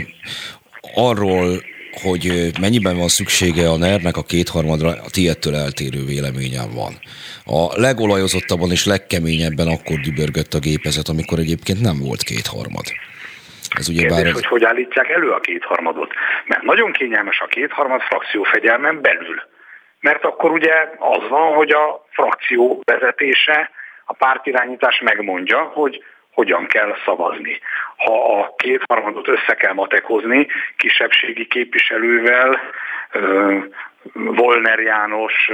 arról, hogy mennyiben van szüksége a NER-nek a kétharmadra, a tiédtől eltérő véleményem van. A legolajozottabban és legkeményebben akkor dübörgött a gépezet, amikor egyébként nem volt kétharmad. Ez ugye Kérdés, bár... hogy hogy állítják elő a kétharmadot. Mert nagyon kényelmes a kétharmad frakciófegyelmen belül. Mert akkor ugye az van, hogy a frakció vezetése, a pártirányítás megmondja, hogy hogyan kell szavazni. Ha a kétharmadot össze kell matekozni kisebbségi képviselővel, Volner János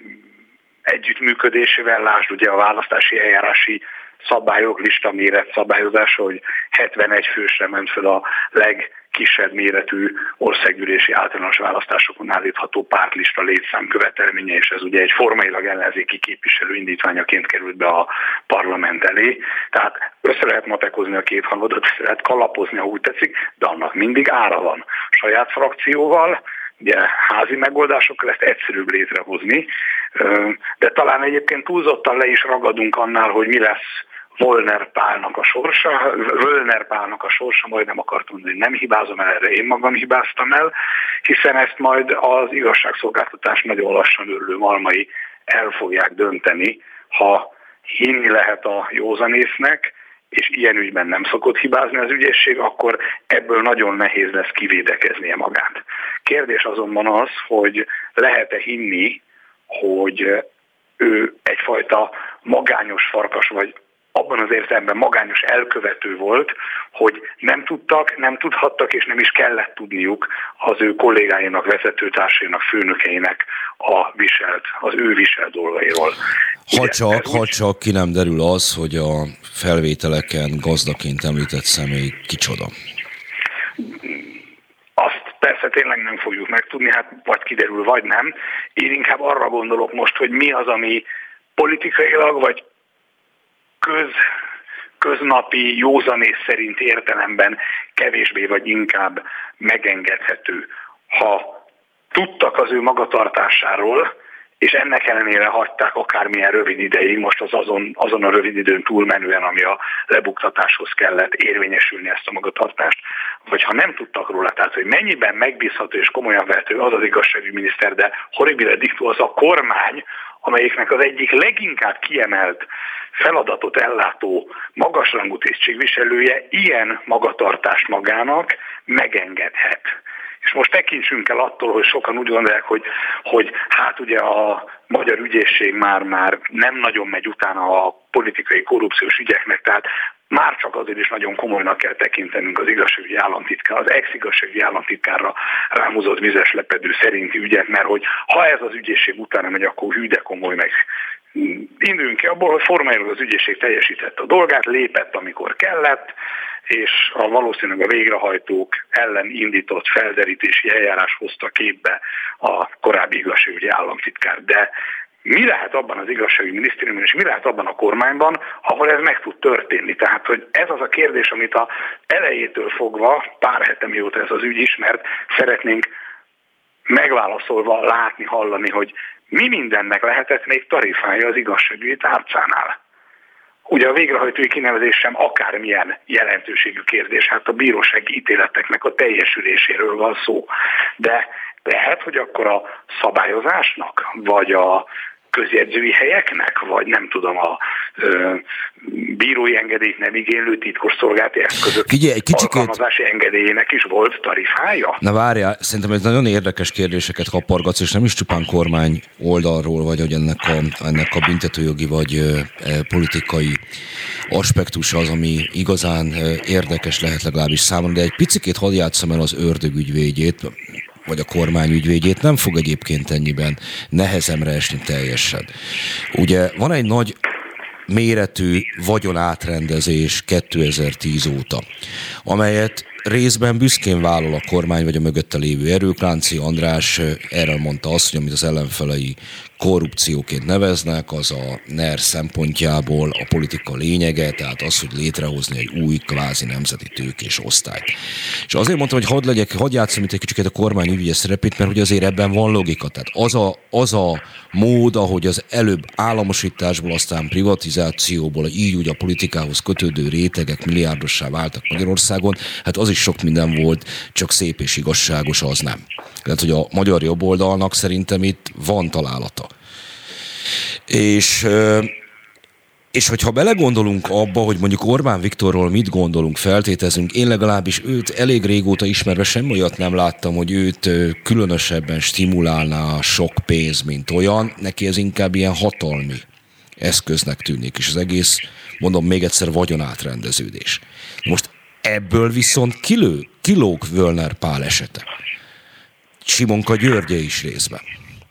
együttműködésével, lásd ugye a választási eljárási szabályok, lista méret szabályozása, hogy hetvenegy fősre ment fel a legkisebb méretű országgyűlési általános választásokon állítható pártlista létszám követelménye, és ez ugye egy formailag ellenzéki képviselő indítványaként került be a parlament elé. Tehát össze lehet matekozni a kétharmadot, össze lehet kalapozni, ha úgy tetszik, de annak mindig ára van. Saját frakcióval, ugye házi megoldásokkal ezt egyszerűbb létrehozni, de talán egyébként túlzottan le is ragadunk annál, hogy mi lesz Volner Pálnak a sorsa, Völner Pálnak a sorsa, majd nem akartam mondani, hogy nem hibázom el, erre én magam hibáztam el, hiszen ezt majd az igazságszolgáltatás nagyon lassan örülő malmai el fogják dönteni, ha hinni lehet a józanésznek, és ilyen ügyben nem szokott hibázni az ügyészség, akkor ebből nagyon nehéz lesz kivédekeznie magát. Kérdés azonban az, hogy lehet-e hinni, hogy ő egyfajta magányos farkas, vagy abban az értelemben magányos elkövető volt, hogy nem tudtak, nem tudhattak, és nem is kellett tudniuk az ő kollégáinak, vezetőtársainak, főnökeinek a viselt, az ő viselt dolgairól. Ha csak, ha csak ki nem derül az, hogy a felvételeken gazdaként említett személy kicsoda. Azt persze tényleg nem fogjuk megtudni, hát vagy kiderül, vagy nem. Én inkább arra gondolok most, hogy mi az, ami politikailag, vagy köz, köznapi, józanész szerint értelemben kevésbé vagy inkább megengedhető. Ha tudtak az ő magatartásáról, és ennek ellenére hagyták akármilyen rövid ideig, most az azon, azon a rövid időn túlmenően, ami a lebuktatáshoz kellett érvényesülni ezt a magatartást, vagy ha nem tudtak róla, tehát hogy mennyiben megbízható és komolyan vehető az az igazságügyminiszter, de horribile dictu az a kormány, amelyiknek az egyik leginkább kiemelt feladatot ellátó magasrangú tisztségviselője ilyen magatartást magának megengedhet. És most tekintsünk el attól, hogy sokan úgy gondolják, hogy, hogy hát ugye a magyar ügyészség már, már nem nagyon megy utána a politikai korrupciós ügyeknek, tehát már csak azért is nagyon komolynak kell tekintenünk az igazságügyi államtitkár, az ex-igazságügyi államtitkárra rámúzott vizes lepedő szerinti ügyet, mert hogy ha ez az ügyészség utána megy, akkor hű de komoly meg. Induljunk ki abból, hogy formailag az ügyészség teljesítette a dolgát, lépett, amikor kellett, és a valószínűleg a végrehajtók ellen indított felderítési eljárás hozta képbe a korábbi igazságügyi államtitkár. De mi lehet abban az igazságügyi minisztériumban, és mi lehet abban a kormányban, ahol ez meg tud történni? Tehát, hogy ez az a kérdés, amit a elejétől fogva, pár hete mióta ez az ügy ismert, szeretnénk megválaszolva látni, hallani, hogy mi mindennek lehetett még tarifája az igazságügyi tárcánál. Ugye a végrehajtói kinevezés sem akármilyen jelentőségű kérdés, hát a bírósági ítéleteknek a teljesüléséről van szó. De lehet, hogy akkor a szabályozásnak, vagy a közjegyzői helyeknek, vagy nem tudom, a ö, bírói engedélyt nem igénylő titkosszolgálati eszközök Figyelj, kicsikét... alkalmazási engedélyének is volt tarifája? Na várjál, szerintem ez nagyon érdekes kérdéseket kapargatsz, és nem is csupán kormány oldalról, vagy hogy ennek a, ennek a büntetőjogi vagy ö, politikai aspektusa az, ami igazán érdekes lehet legalábbis számomra, de egy picikét hadd játsszam el az ördög ügyvédjét, vagy a kormány ügyvédjét, nem fog egyébként ennyiben nehezemre esni teljesen. Ugye van egy nagy méretű vagyonátrendezés kétezer-tíz óta, amelyet részben büszkén vállal a kormány vagy a mögötte lévő erők. Lánci András erről mondta azt, hogy amit az ellenfelei korrupcióként neveznek, az a en e er szempontjából a politika lényege, tehát az, hogy létrehozni egy új kvázi nemzeti tőkés osztályt. És azért mondtam, hogy hadd legyek, hadd játszom itt egy kicsit a kormány ügyvédje szerepét, mert hogy azért ebben van logika. Tehát az a, az a mód, ahogy az előbb államosításból, aztán privatizációból, így úgy a politikához kötődő rétegek milliárdossá váltak Magyarországon, hát az is sok minden volt, csak szép és igazságos az nem. Tehát, hogy a magyar jobboldalnak szerintem itt van találata. És, és hogyha belegondolunk abba, hogy mondjuk Orbán Viktorról mit gondolunk, feltételezünk, én legalábbis őt elég régóta ismerve semmi olyat nem láttam, hogy őt különösebben stimulálná sok pénz, mint olyan, neki ez inkább ilyen hatalmi eszköznek tűnik, és az egész, mondom még egyszer, vagyonátrendeződés. Most ebből viszont kilő, kilóg Völner Pál esete. Simonka Györgye is részben.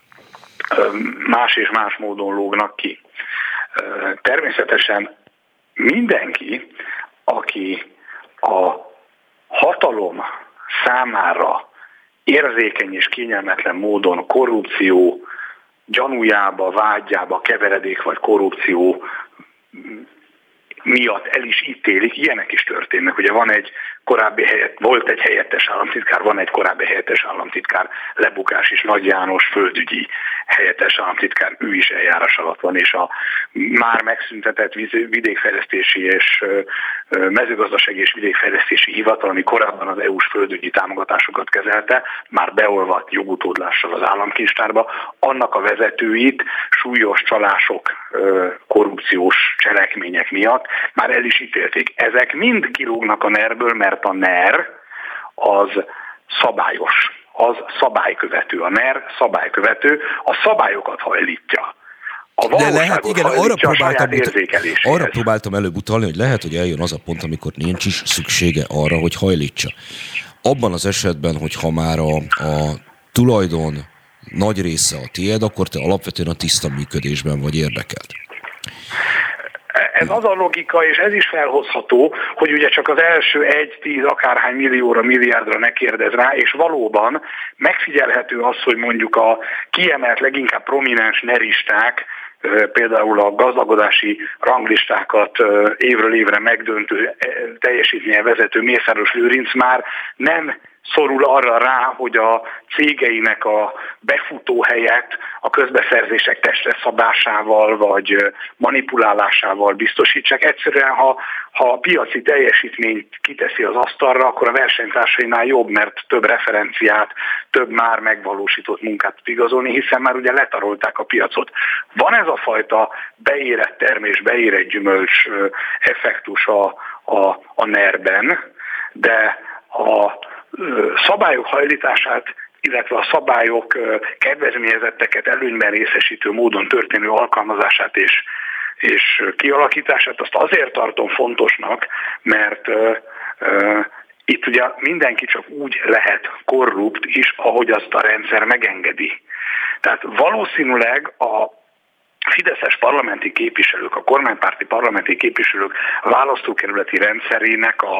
Más és más módon lógnak ki. Természetesen mindenki, aki a hatalom számára érzékeny és kényelmetlen módon korrupció gyanújába, vágyába, keveredék vagy korrupció miatt el is ítélik, ilyenek is történnek. Ugye van egy korábbi helyett, volt egy helyettes államtitkár, van egy korábbi helyettes államtitkár, Lebukás és Nagy János földügyi helyettes államtitkár, ő is eljárás alatt van, és a már megszüntetett vidékfejlesztési és mezőgazdasági és vidékfejlesztési hivatal, ami korábban az é u-s földügyi támogatásokat kezelte, már beolvadt jogutódlással az államkincstárba, annak a vezetőit súlyos csalások, korrupciós cselekmények miatt már el is ítélték. Ezek mind kilógnak a nerből, mert a NER az szabályos, az szabálykövető, a NER szabálykövető, a szabályokat hajlítja. A de lehet, igen, arra próbáltam, arra ut- próbáltam előbb utalni, hogy lehet, hogy eljön az a pont, amikor nincs is szüksége arra, hogy hajlítsa. Abban az esetben, hogy ha már a, a tulajdon nagy része a tiéd, akkor te alapvetően a tiszta működésben vagy érdekelt. Ez az a logika, és ez is felhozható, hogy ugye csak az első egy, tíz, akárhány millióra, milliárdra ne kérdez rá, és valóban megfigyelhető az, hogy mondjuk a kiemelt, leginkább prominens neristák, például a gazdagodási ranglistákat évről évre megdöntő teljesítménye vezető Mészáros Lőrinc már nem szorul arra rá, hogy a cégeinek a befutó helyett a közbeszerzések testre szabásával vagy manipulálásával biztosítsák. Egyszerűen, ha, ha a piaci teljesítményt kiteszi az asztalra, akkor a versenytársainál jobb, mert több referenciát, több már megvalósított munkát tud igazolni, hiszen már ugye letarolták a piacot. Van ez a fajta beérett termés, beérett gyümölcs effektus a, a, a nerben, de a szabályok hajlítását, illetve a szabályok kedvezményezetteket előnyben részesítő módon történő alkalmazását és, és kialakítását, azt azért tartom fontosnak, mert uh, uh, itt ugye mindenki csak úgy lehet korrupt is, ahogy azt a rendszer megengedi. Tehát valószínűleg a fideszes parlamenti képviselők, a kormánypárti parlamenti képviselők választókerületi rendszerének a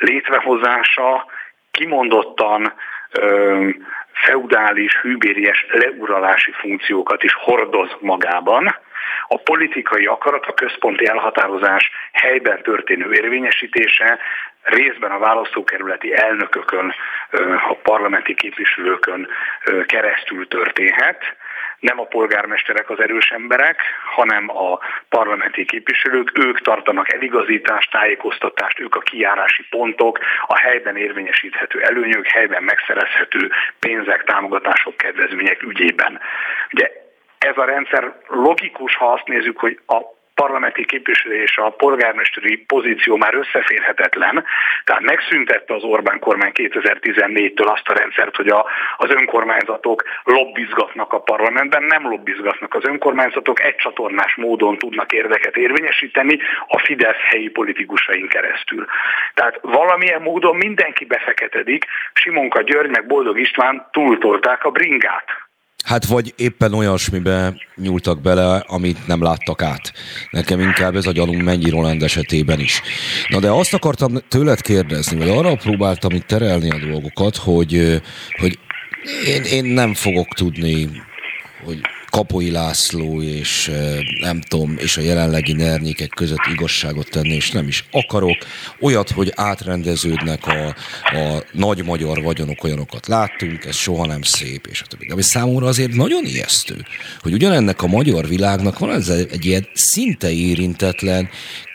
létrehozása kimondottan ö, feudális, hűbéries leuralási funkciókat is hordoz magában. A politikai akarat, a központi elhatározás helyben történő érvényesítése részben a választókerületi elnökökön, a parlamenti képviselőkön keresztül történhet. Nem a polgármesterek az erős emberek, hanem a parlamenti képviselők, ők tartanak eligazítást, tájékoztatást, ők a kijárási pontok, a helyben érvényesíthető előnyök, helyben megszerezhető pénzek, támogatások, kedvezmények ügyében. Ugye ez a rendszer logikus, ha azt nézzük, hogy a parlamenti képviselő és a polgármesteri pozíció már összeférhetetlen, tehát megszüntette az Orbán kormány kétezer-tizennégytől azt a rendszert, hogy a, az önkormányzatok lobbizgatnak a parlamentben, nem lobbizgatnak az önkormányzatok, egy csatornás módon tudnak érdeket érvényesíteni a Fidesz helyi politikusain keresztül. Tehát valamilyen módon mindenki befeketedik, Simonka György meg Boldog István túltolták a bringát. Hát vagy éppen olyasmibe nyúltak bele, amit nem láttak át. Nekem inkább ez a gyanúm Mennyi Roland esetében is. Na de azt akartam tőled kérdezni, vagy arra próbáltam itt terelni a dolgokat, hogy, hogy én, én nem fogok tudni, hogy Kapoi László és nem tudom, és a jelenlegi nernyékek között igazságot tenni, és nem is akarok. Olyat, hogy átrendeződnek a, a nagy magyar vagyonok, olyanokat láttunk, ez soha nem szép, és a többi. De ami számomra azért nagyon ijesztő, hogy ugyanennek a magyar világnak van ez egy ilyen szinte érintetlen,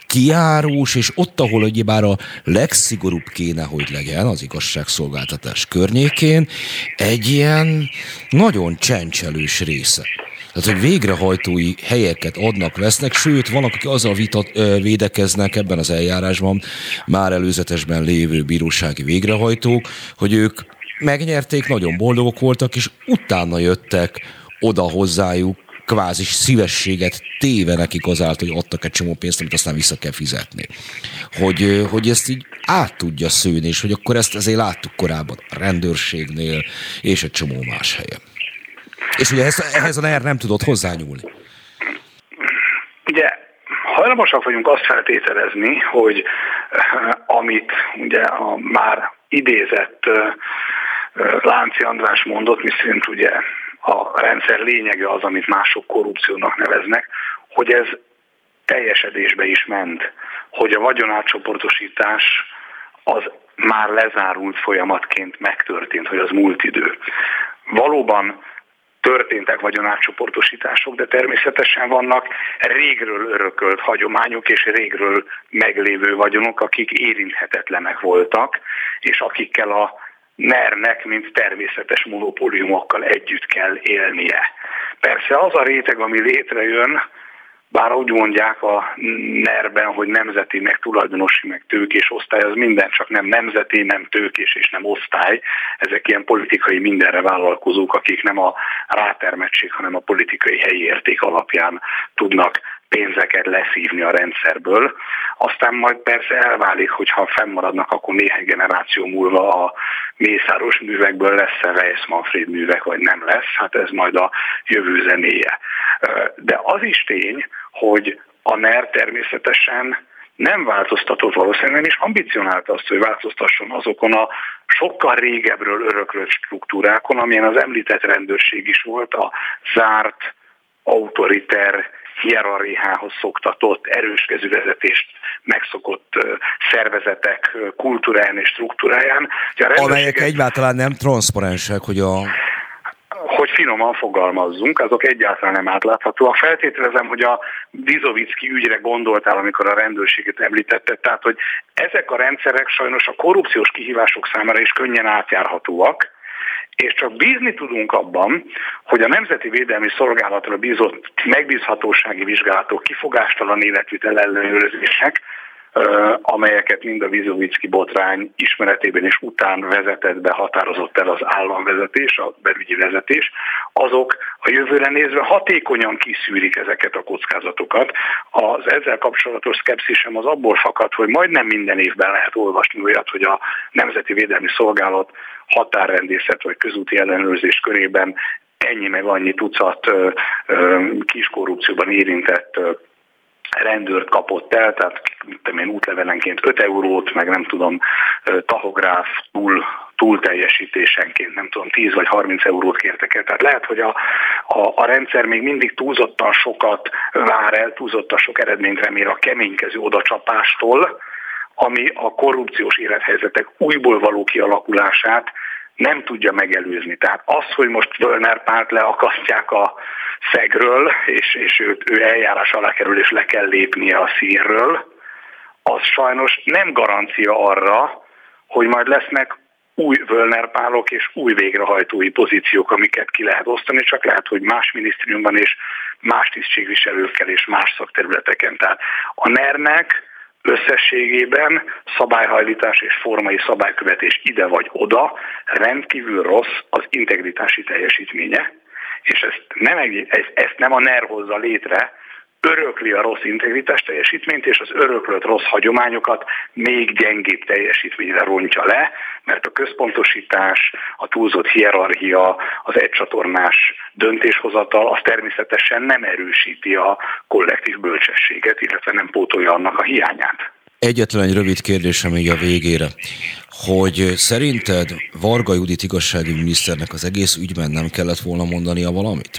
kiárós, és ott, ahol ugyebár a legszigorúbb kéne, hogy legyen az igazságszolgáltatás környékén, egy ilyen nagyon csencselős része. Tehát, hogy végrehajtói helyeket adnak, vesznek, sőt, vannak, akik azzal vitat, védekeznek ebben az eljárásban, már előzetesben lévő bírósági végrehajtók, hogy ők megnyerték, nagyon boldogok voltak, és utána jöttek oda hozzájuk, kvázi szívességet téve nekik azáltal, hogy adtak egy csomó pénzt, amit aztán vissza kell fizetni. Hogy, hogy ezt így át tudja szőni, és hogy akkor ezt azért láttuk korábban a rendőrségnél, és egy csomó más helyen. És ugye ehhez, ehhez a NER nem tudott hozzányúlni. Ugye hajlamosak vagyunk azt feltételezni, hogy amit ugye a már idézett Lánci András mondott, miszerint ugye a rendszer lényege az, amit mások korrupciónak neveznek, hogy ez teljesedésbe is ment, hogy a vagyonátcsoportosítás az már lezárult folyamatként megtörtént, hogy az múlt idő. Valóban történtek vagyonátcsoportosítások, de természetesen vannak régről örökölt hagyományok és régről meglévő vagyonok, akik érinthetetlenek voltak, és akikkel a nernek, mint természetes monopóliumokkal együtt kell élnie. Persze az a réteg, ami létrejön, bár úgy mondják a nerben, hogy nemzeti, meg tulajdonosi, meg tőkés osztály, az minden, csak nem nemzeti, nem tőkés és nem osztály. Ezek ilyen politikai mindenre vállalkozók, akik nem a rátermettség, hanem a politikai helyi érték alapján tudnak pénzeket leszívni a rendszerből. Aztán majd persze elválik, hogyha fennmaradnak, akkor néhány generáció múlva a Mészáros művekből lesz-e Weiss-Manfréd művek, vagy nem lesz. Hát ez majd a jövő zenéje. De az is tény, hogy a NER természetesen nem változtatott, valószínűleg nem is ambicionálta azt, hogy változtasson azokon a sokkal régebről öröklött struktúrákon, amilyen az említett rendőrség is volt, a zárt, autoriter, hierarchiához szoktatott, erős kezűvezetést megszokott szervezetek kultúráján és struktúráján. Amelyek egyáltalán nem transzparensek, hogy a... hogy finoman fogalmazzunk, azok egyáltalán nem átláthatóak. Feltételezem, hogy a Vizovicki ügyre gondoltál, amikor a rendőrséget említetted, tehát, hogy ezek a rendszerek sajnos a korrupciós kihívások számára is könnyen átjárhatóak, és csak bízni tudunk abban, hogy a Nemzeti Védelmi Szolgálatra bízott megbízhatósági vizsgálatok, kifogástalan életvitel ellenőrzések, amelyeket mind a Vizovicki botrány ismeretében és után vezetett be, határozott el az államvezetés, a belügyi vezetés, azok a jövőre nézve hatékonyan kiszűrik ezeket a kockázatokat. Az ezzel kapcsolatos szkepszisem az abból fakad, hogy majdnem minden évben lehet olvasni olyat, hogy a Nemzeti Védelmi Szolgálat határrendészet vagy közúti ellenőrzés körében ennyi meg annyi tucat kis korrupcióban érintett rendőrt kapott el, tehát én útlevelenként öt eurót, meg nem tudom, tahográf túl, túl teljesítésenként, nem tudom, tíz vagy harminc eurót kértek el. Tehát lehet, hogy a, a, a rendszer még mindig túlzottan sokat vár el, túlzottan sok eredményt remél a keménykező odacsapástól, ami a korrupciós élethelyzetek újból való kialakulását nem tudja megelőzni. Tehát az, hogy most Völner Pált leakasztják a szegről, és, és őt, ő eljárás alá kerül, és le kell lépnie a színről, az sajnos nem garancia arra, hogy majd lesznek új Völner Pálok és új végrehajtói pozíciók, amiket ki lehet osztani, csak lehet, hogy más minisztériumban és más tisztségviselőkkel és más szakterületeken. Tehát a nernek összességében szabályhajlítás és formai szabálykövetés ide vagy oda rendkívül rossz az integritási teljesítménye, és ezt nem, ezt nem a NER hozza létre, örökli a rossz integritás teljesítményt, és az öröklött rossz hagyományokat még gyengébb teljesítményre rontja le, mert a központosítás, a túlzott hierarchia, az egycsatornás döntéshozatal az természetesen nem erősíti a kollektív bölcsességet, illetve nem pótolja annak a hiányát. Egyetlen egy rövid kérdésem még a végére, hogy szerinted Varga Judit igazságügyi miniszternek az egész ügyben nem kellett volna mondania valamit?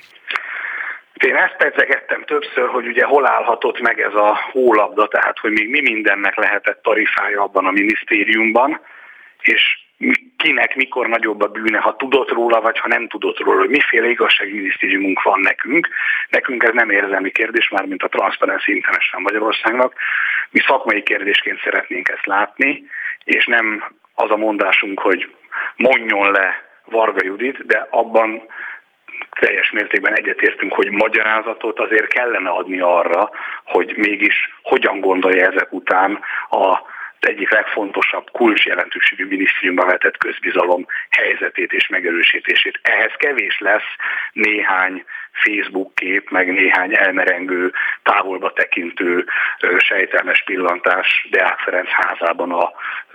Én ezt pedzegettem többször, hogy ugye hol állhatott meg ez a hólabda, tehát hogy még mi mindennek lehetett tarifája abban a minisztériumban, és kinek mikor nagyobb a bűne, ha tudott róla, vagy ha nem tudott róla, hogy miféle igazságminisztériumunk van nekünk. Nekünk ez nem érzelmi kérdés, mármint a Transparency International Magyarországnak. Mi szakmai kérdésként szeretnénk ezt látni, és nem az a mondásunk, hogy mondjon le Varga Judit, de abban teljes mértékben egyetértünk, hogy magyarázatot azért kellene adni arra, hogy mégis hogyan gondolja ezek után a az egyik legfontosabb kulcsjelentőségű minisztériumban vetett közbizalom helyzetét és megerősítését. Ehhez kevés lesz néhány Facebook kép, meg néhány elmerengő, távolba tekintő sejtelmes pillantás Deák Ferenc házában a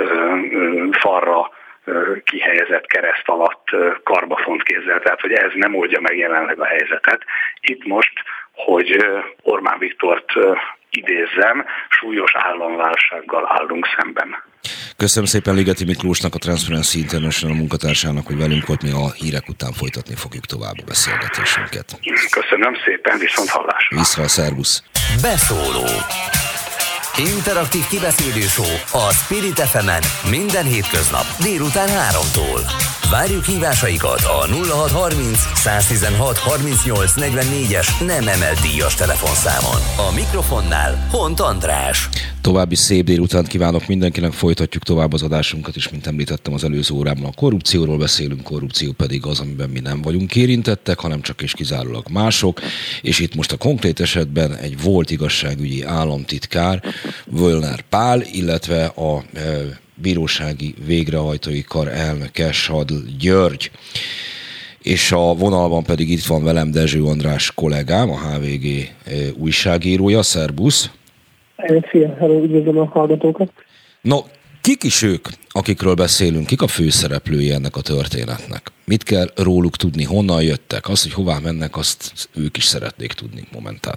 falra kihelyezett kereszt alatt karbafont kézzel. Tehát, hogy ez nem oldja meg jelenleg a helyzetet. Itt most, hogy Orbán Viktort idézzem, súlyos államválsággal állunk szemben. Köszönöm szépen Ligeti Miklósnak, a Transparency International munkatársának, hogy velünk volt, mi a hírek után folytatni fogjuk tovább a beszélgetésünket. Köszönöm szépen, viszont hallásra. Viszont, szervusz. Beszóló. Interaktív kibeszélő show a Spirit ef emen minden hétköznap délután háromtól. Várjuk hívásaikat a nulla hat harminc száztizenhat harmincnyolc negyvennégyes nem emelt díjas telefonszámon. A mikrofonnál Hont András. További szép délutánt kívánok mindenkinek, folytatjuk tovább az adásunkat is, mint említettem az előző órában. A korrupcióról beszélünk, korrupció pedig az, amiben mi nem vagyunk érintettek, hanem csak és kizárólag mások, és itt most a konkrét esetben egy volt igazságügyi államtitkár, Völner Pál, illetve a e, bírósági végrehajtói kar elnöke, Sadl György. És a vonalban pedig itt van velem Dezső András kollégám, a há vé gé újságírója. Szerbusz! Szia, hello, üdvözlöm a hallgatókat! No, kik is ők, akikről beszélünk, kik a főszereplői ennek a történetnek? Mit kell róluk tudni, honnan jöttek? Azt, hogy hová mennek, azt ők is szeretnék tudni momentán.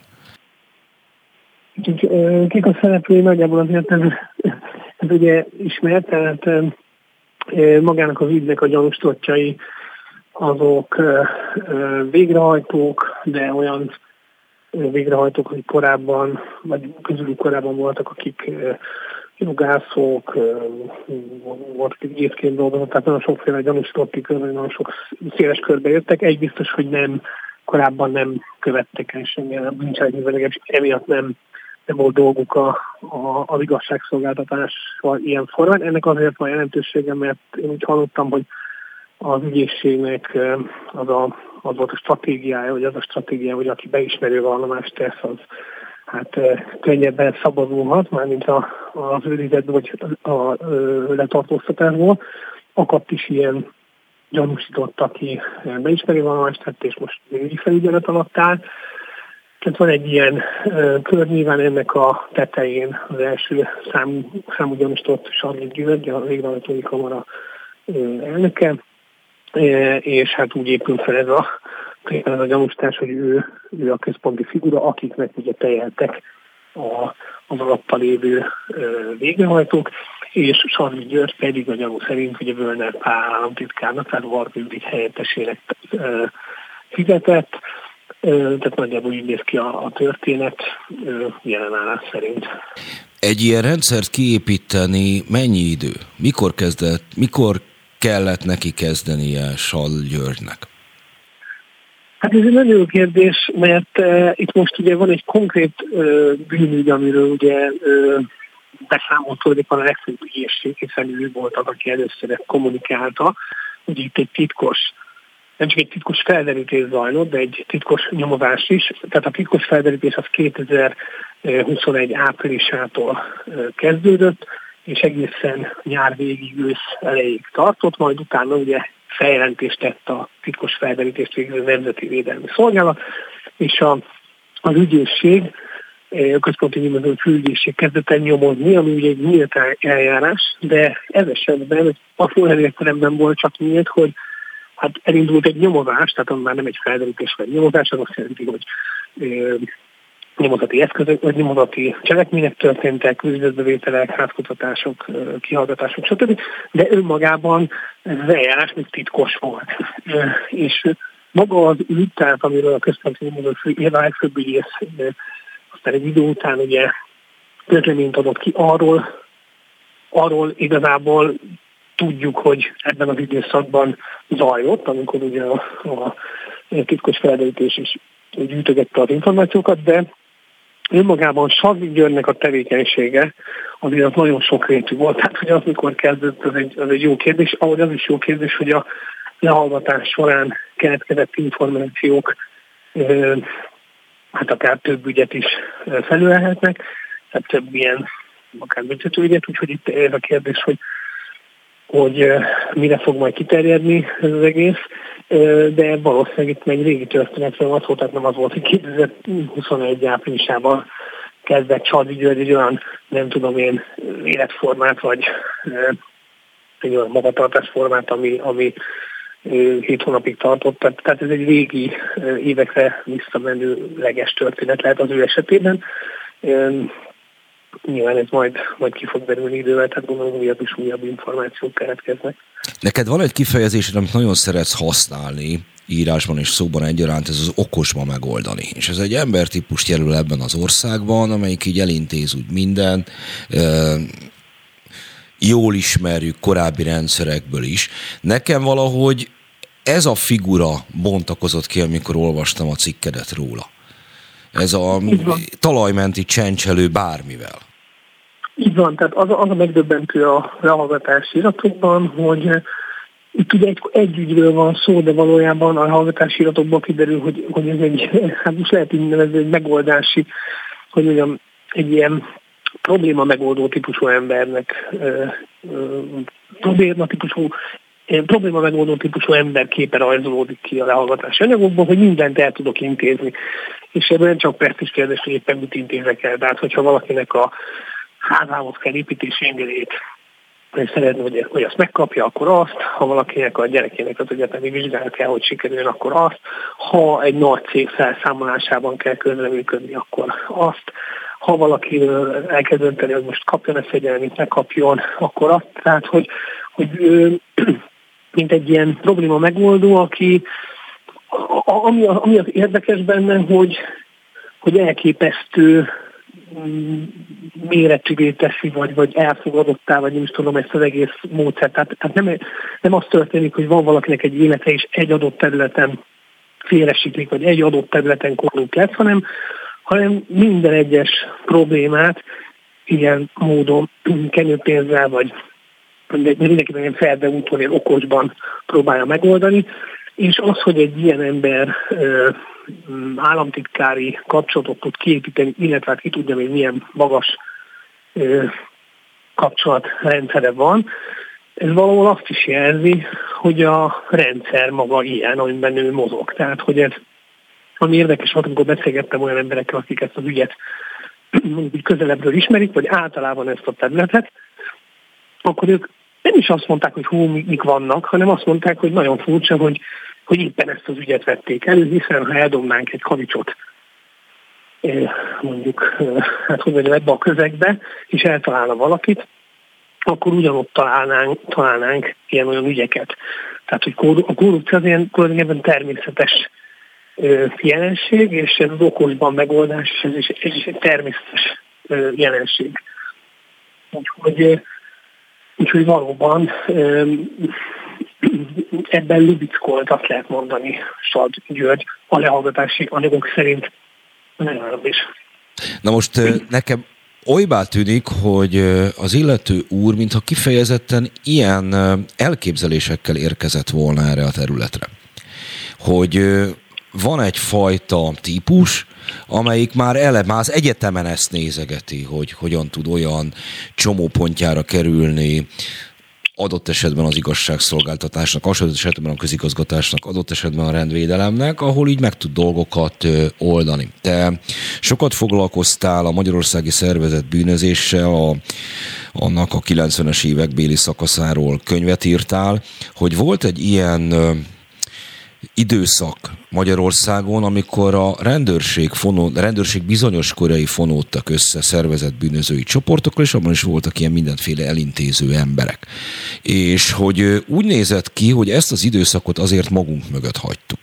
Kik a szereplői, nagyjából azért ez, ez ugye ismert, tehát magának az ügynek a gyanúsítottjai azok végrehajtók, de olyan végrehajtók, akik korábban, vagy közülük korábban voltak, akik jogászok, voltak, akik észként dolgoznak, tehát nagyon sokféle gyanúsítotti körben, nagyon sok széles körbe jöttek. Egy biztos, hogy nem, korábban nem követtek el semmilyen bűncselekményben, legalábbis emiatt nem, nem volt dolguk a, a, az igazságszolgáltatással ilyen formán. Ennek azért van jelentősége, mert én úgy hallottam, hogy az ügyészségnek az, a, az volt a stratégiája, vagy az a stratégiája, hogy aki beismerő vallomást tesz, az hát könnyebben szabadulhat, mármint a, az őrizetből, vagy a, a, a letartóztatásból. Akadt is ilyen gyanúsított, aki beismerő vallomást tett, és most ügyi felügyelet alatt áll. Tehát van egy ilyen uh, kör, nyilván ennek a tetején az első számú, számú gyanúsított Sadl György, a végrehajtói kamara uh, elnöke, és hát úgy épül fel ez a, ez a gyanúsítás, hogy ő, ő a központi figura, akiknek ugye tejeltek a, az alappal lévő végrehajtók, és Sadl György pedig a gyanú szerint ugye Völner Pál államtitkárnak, tehát Varga Judit helyettesének fizetett, tehát nagyjából úgy néz ki a, a történet jelenállás szerint. Egy ilyen rendszert kiépíteni mennyi idő? Mikor kezdett, mikor kellett neki kezdenie Sadl Györgynek? Hát ez egy nagyon jó kérdés, mert uh, itt most ugye van egy konkrét uh, bűnügy, amiről ugye uh, beszámolt tulajdonképpen a legfőbb ügyészség, hiszen ő volt az, aki először kommunikálta. Ugye itt egy titkos, nem csak egy titkos felderítés zajlott, de egy titkos nyomozás is. Tehát a titkos felderítés az kétezer-huszonegy áprilisától uh, kezdődött, és egészen nyár végig, ősz elejéig tartott, majd utána ugye feljelentést tett a titkos felderítést végző Nemzeti Védelmi Szolgálat, és a, az ügyészség, a központi nyomozó főügyészség kezdett el nyomozni, ami ugye egy nyílt eljárás, de ez esetben apró értelemben volt csak nyílt, hogy hát elindult egy nyomozás, tehát már nem egy felderítés vagy nyomozás, az azt jelenti, hogy nyomozati eszközök, vagy nyomozati cselekmények történtek, üzletbevételek, házkutatások, kihallgatások, stb. De önmagában ez az eljárás még titkos volt. És maga az ügy, tehát amiről a központi nyomozó legfőbb ügyész aztán egy idő után ugye közleményt adott ki, arról, arról igazából tudjuk, hogy ebben az időszakban zajlott, amikor ugye a, a titkos felderítés is gyűjtögette az információkat, de önmagában Sadl Györgynek a tevékenysége azért az nagyon sokrétű volt. Tehát, hogy az mikor kezdett, az egy, az egy jó kérdés. Ahogy az is jó kérdés, hogy a lehallgatás során keletkezett információk hát akár több ügyet is felülelhetnek, tehát több ilyen akár büntetőügyet, úgyhogy itt ez a kérdés, hogy hogy mire fog majd kiterjedni ez az egész, de valószínűleg itt egy régi történetről van szó, tehát nem az volt, hogy kétezer-huszonegy áprilisában kezdett Sadl György egy olyan, nem tudom én, életformát, vagy egy olyan magatartásformát, ami, ami hét hónapig tartott. Tehát, tehát ez egy régi évekre visszamenőleges történet lehet az ő esetében. Nyilván ez majd, majd ki fog derülni idővel, tehát gondolom újabb és újabb információk keletkeznek. Neked van egy kifejezésed, amit nagyon szeretsz használni, írásban és szóban egyaránt, ez az okosba megoldani. És ez egy embertípust jelöl ebben az országban, amelyik így elintéz úgy minden, jól ismerjük korábbi rendszerekből is. Nekem valahogy ez a figura bontakozott ki, amikor olvastam a cikkedet róla. Ez a talajmenti csencselő bármivel. Így van, tehát az a, az a megdöbbentő a lehallgatási iratokban, hogy itt ugye egy, egy ügyről van szó, de valójában a lehallgatási iratokban kiderül, hogy, hogy ez egy, hát most lehet így nevezni, egy megoldási, hogy mondjam, egy ilyen probléma megoldó típusú embernek, ö, ö, probléma típusú probléma megoldó típusú emberképe rajzolódik ki a lehallgatási anyagokból, hogy mindent el tudok intézni. És ebben nem csak persze is kérdés, hogy éppen mit intézek el. Tehát, hogyha valakinek a házához kell építési engedélyt, és szeretne, hogy, hogy azt megkapja, akkor azt, ha valakinek a gyerekének az egyetemi vizsgálat kell, hogy sikerüljön, akkor azt, ha egy nagy cég felszámolásában kell közreműködni, akkor azt, ha valaki el kell dönteni, hogy most kapjon-e fegyelmét, ne kapjon, akkor azt. Tehát, hogy, hogy mint egy ilyen probléma megoldó, aki, ami, ami az érdekes benne, hogy, hogy elképesztő méretűvé teszi, vagy, vagy elfogadottá, vagy nem is tudom ezt az egész módszert. Tehát, tehát nem, nem az történik, hogy van valakinek egy élete, és egy adott területen félresiklik, vagy egy adott területen korrupt lesz, hanem, hanem minden egyes problémát ilyen módon kenőpénzzel, vagy mindenkiben ilyen ferde úton, ilyen okosban próbálja megoldani, és az, hogy egy ilyen ember ö, államtitkári kapcsolatot tud kiépíteni, illetve hát ki tudja még milyen magas ö, kapcsolatrendszere van, ez valahol azt is jelzi, hogy a rendszer maga ilyen, amiben ő mozog. Tehát, hogy ez, ami érdekes volt, amikor beszélgettem olyan emberekkel, akik ezt az ügyet mondjuk közelebbről ismerik, vagy általában ezt a területet, akkor ők nem is azt mondták, hogy hú, mik vannak, hanem azt mondták, hogy nagyon furcsa, hogy, hogy éppen ezt az ügyet vették elő, hiszen ha eldobnánk egy kavicsot mondjuk, hát hogy mondjam, ebbe a közegbe, és eltalálna valakit, akkor ugyanott találnánk, találnánk ilyen-olyan ügyeket. Tehát, hogy a korrupció az ilyen tulajdonképpen természetes jelenség, és ez az okosban megoldás, és ez is, ez is egy természetes jelenség. Úgyhogy Úgyhogy valóban ebben lubickolt, azt lehet mondani Sad György a lehallgatási anyagok szerint legalább is. Na most nekem olybá tűnik, hogy az illető úr, mintha kifejezetten ilyen elképzelésekkel érkezett volna erre a területre. Hogy van egyfajta típus, amelyik már eleve, már az egyetemen ezt nézegeti, hogy hogyan tud olyan csomópontjára kerülni, adott esetben az igazságszolgáltatásnak, adott esetben a közigazgatásnak, adott esetben a rendvédelemnek, ahol így meg tud dolgokat oldani. Te sokat foglalkoztál a magyarországi szervezett bűnözéssel, a, annak a kilencvenes évek béli szakaszáról könyvet írtál, hogy volt egy ilyen időszak Magyarországon, amikor a rendőrség, fonó, a rendőrség bizonyos korai fonódtak össze szervezett bűnözői csoportokkal, és abban is voltak ilyen mindenféle elintéző emberek. És hogy úgy nézett ki, hogy ezt az időszakot azért magunk mögött hagytuk.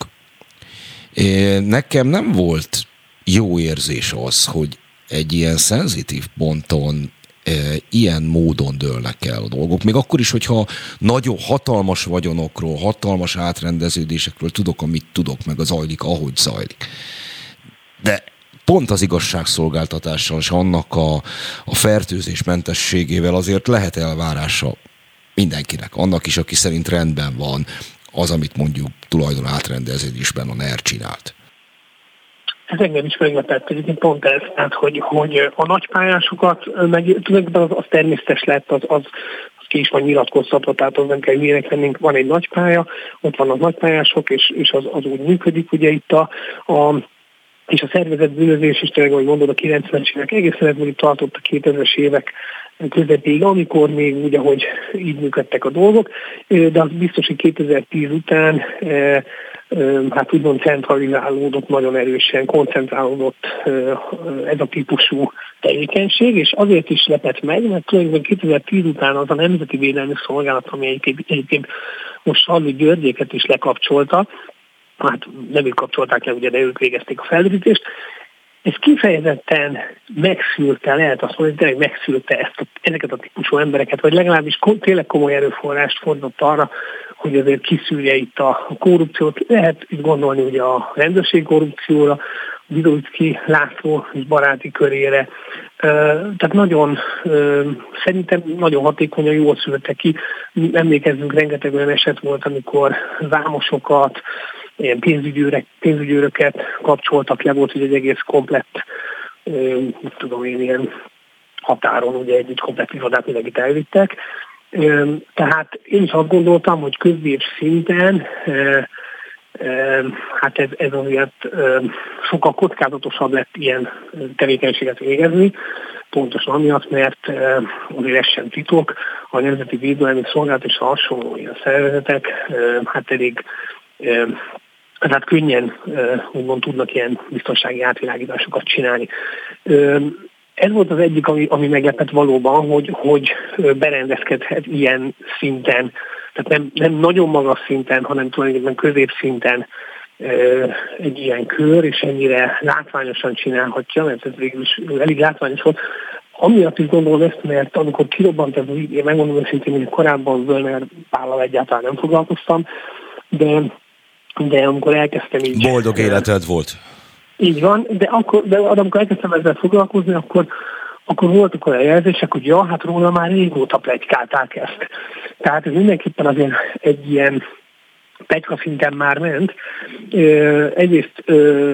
Nekem nem volt jó érzés az, hogy egy ilyen szenzitív ponton ilyen módon dőlnek el a dolgok. Még akkor is, hogyha nagyon hatalmas vagyonokról, hatalmas átrendeződésekről tudok, amit tudok, meg az zajlik, ahogy zajlik. De pont az igazságszolgáltatással és annak a, a fertőzésmentességével azért lehet elvárása mindenkinek. Annak is, aki szerint rendben van az, amit mondjuk tulajdon átrendeződésben a NER csinált. Ez engem is meglepett, egyébként pont ez, tehát, hogy, hogy a nagypályásokat, meg tulajdonképpen az, az természetes lett, az, az, az ki is van nyilatkoztatva, tehát az nem kell hülyének lennünk, van egy nagypálya, ott vannak nagypályások, és, és az, az úgy működik, ugye itt a, a és a szervezett bűnözés is tényleg, ahogy mondod, a kilencvenes évek egészen eddig tartott a kétezres évek közepéig, amikor még úgy, ahogy így működtek a dolgok, de az biztos, hogy kétezer-tíz után hát úgymond centralizálódott nagyon erősen, koncentrálódott ez a típusú tevékenység, és azért is lepett meg, mert tulajdonképpen kétezer-tíz után az a Nemzeti Védelmi Szolgálat, ami egyébként, egyébként most Salmi Györgyéket is lekapcsolta, hát nem ők kapcsolták le, ugye, de ők végezték a felderítést, ez kifejezetten megszűrte, lehet azt mondani, hogy tényleg megszűrte ezt a, ezeket a típusú embereket, vagy legalábbis tényleg komoly erőforrást fordított arra, hogy azért kiszűrje itt a korrupciót. Lehet itt gondolni ugye a rendőrség korrupcióra, Vidoicki László és baráti körére. Tehát nagyon, szerintem nagyon hatékonyan jól szűrte ki. Emlékezzünk, rengeteg olyan eset volt, amikor vámosokat, ilyen pénzügyőrök, pénzügyőröket kapcsoltak le, volt ugye egy egész komplett, mit tudom én, ilyen határon ugye egy komplett irodát mindenkit elvittek. Tehát én is azt gondoltam, hogy közép szinten hát ez, ez azért sokkal kockázatosabb lett ilyen tevékenységet végezni, pontosan amiatt, mert azért ez sem titok, a Nemzeti Védelmi Szolgálat és a hasonló ilyen szervezetek hát elég hát könnyen úgymond tudnak ilyen biztonsági átvilágításokat csinálni. Ez volt az egyik, ami, ami meglepett valóban, hogy, hogy berendezkedhet ilyen szinten, tehát nem, nem nagyon magas szinten, hanem tulajdonképpen középszinten egy ilyen kör, és ennyire látványosan csinálhatja, mert ez végül is elég látványos volt. Amiatt is gondolom ezt, mert amikor kirobbant ez, én megmondom őszintén, hogy korábban Völner Pállal egyáltalán nem foglalkoztam, de, de amikor elkezdtem így... Boldog életed volt. Így van, de, akkor, de amikor elkezdtem ezzel foglalkozni, akkor, akkor voltak olyan jelzések, hogy ja, hát róla már régóta pletykálták ezt. Tehát ez mindenképpen azért egy ilyen pletyka szinten már ment. Egyrészt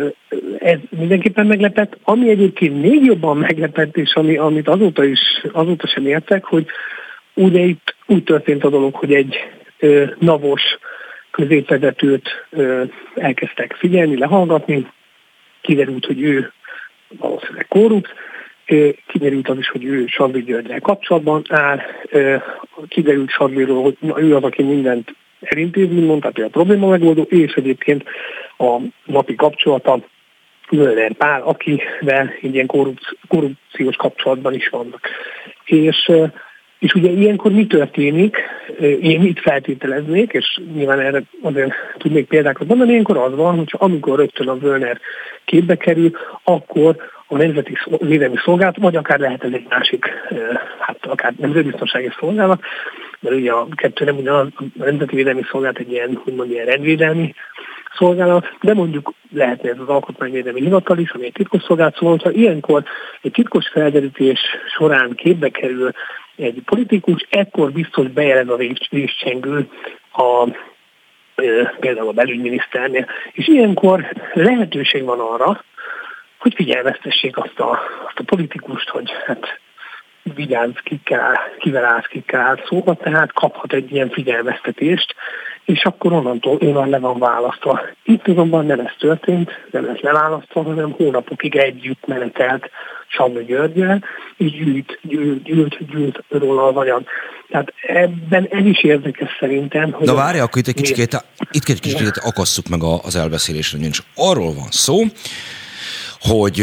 ez mindenképpen meglepett, ami egyébként még jobban meglepett, és ami, amit azóta is azóta sem értek, hogy ugye itt úgy történt a dolog, hogy egy navos középvezetőt elkezdtek figyelni, lehallgatni, kiderült, hogy ő valószínűleg korrupt, kiderült az is, hogy ő Sandri Györggyel kapcsolatban áll, kiderült Sandriról, hogy na, ő az, aki mindent elintéz, mint mondta, hogy a probléma megoldó, és egyébként a napi kapcsolata Völner Pál, akivel egy ilyen korrupciós kapcsolatban is vannak. És, és ugye ilyenkor mi történik? Én mit feltételeznék, és nyilván erre azért tudnék példákat mondani, ilyenkor az van, hogy amikor rögtön a Völner képbe kerül, akkor a Nemzeti Védelmi Szolgálat, vagy akár lehet ez egy másik, hát akár nemzetbiztonsági szolgálat, mert ugye a kettő nem ugyanaz, a Nemzeti Védelmi Szolgálat egy ilyen, úgymond ilyen rendvédelmi szolgálat, de mondjuk lehetne ez az Alkotmányvédelmi Hivatal is, ami egy titkos szolgálat, szóval, ha ilyenkor egy titkos felderítés során képbe kerül egy politikus, ekkor biztos bejelez a részcsengő a például a belügyminiszternél, és ilyenkor lehetőség van arra, hogy figyelmeztessék azt a, azt a politikust, hogy hát vigyázz, kikkel, kivel állsz, kikkel állsz szóba, tehát kaphat egy ilyen figyelmeztetést, és akkor onnantól ő már le van választva. Itt azonban nem ez történt, nem lett leválasztva, hanem hónapokig együtt menetelt Sandri Györggyel, és gyűjt, gyűjt, gyűjt, gyűjt róla az anyag. Tehát ebben ez is érdekes szerintem. Hogy Na várj, akkor itt egy kicsit, itt egy kicsit akasszuk meg az elbeszélésre, nincs. Arról van szó, hogy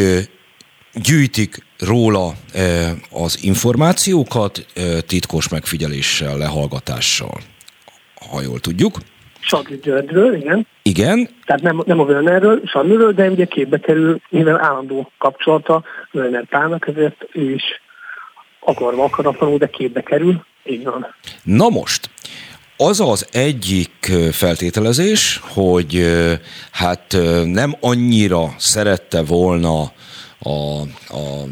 gyűjtik róla az információkat titkos megfigyeléssel, lehallgatással, ha jól tudjuk. Sandri Györgyről, igen. Igen. Tehát nem, nem a Völnerről, Sandriről, de ugye képbe kerül, mivel állandó kapcsolata Völner Pálnak, ezért ő is akarva akaratlanul, de képbe kerül, így van. Na most, az az egyik feltételezés, hogy hát nem annyira szerette volna a, a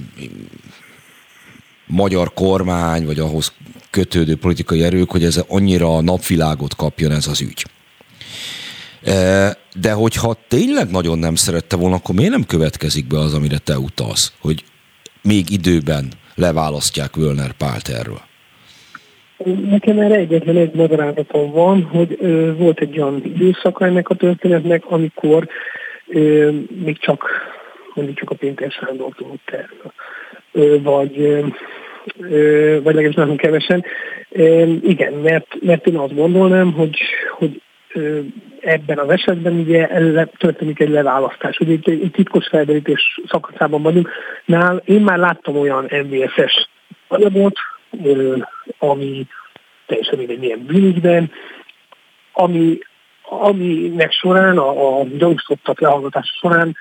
magyar kormány, vagy ahhoz kötődő politikai erők, hogy ez annyira napvilágot kapjon ez az ügy. De hogyha tényleg nagyon nem szerette volna, akkor miért nem következik be az, amire te utalsz, hogy még időben leválasztják Völner Pált erről? Nekem erre egyetlen egy magyarázatom van, hogy ö, volt egy olyan időszaka ennek a történetnek, amikor ö, még csak, mondjuk csak a Pintér Sándor tudott erről, ö, vagy, ö, vagy legalábbis nagyon kevesen. Ö, igen, mert, mert én azt gondolnám, hogy, hogy ö, ebben az esetben ugye történik egy leválasztás. Ugye itt egy titkos felderítés szakaszában vagyunk. Nál én már láttam olyan em vé es-es anyagot, ami teljesen mindegy milyen bűnügyben, ami, aminek során, a, a gyanúsítottak lehallgatása során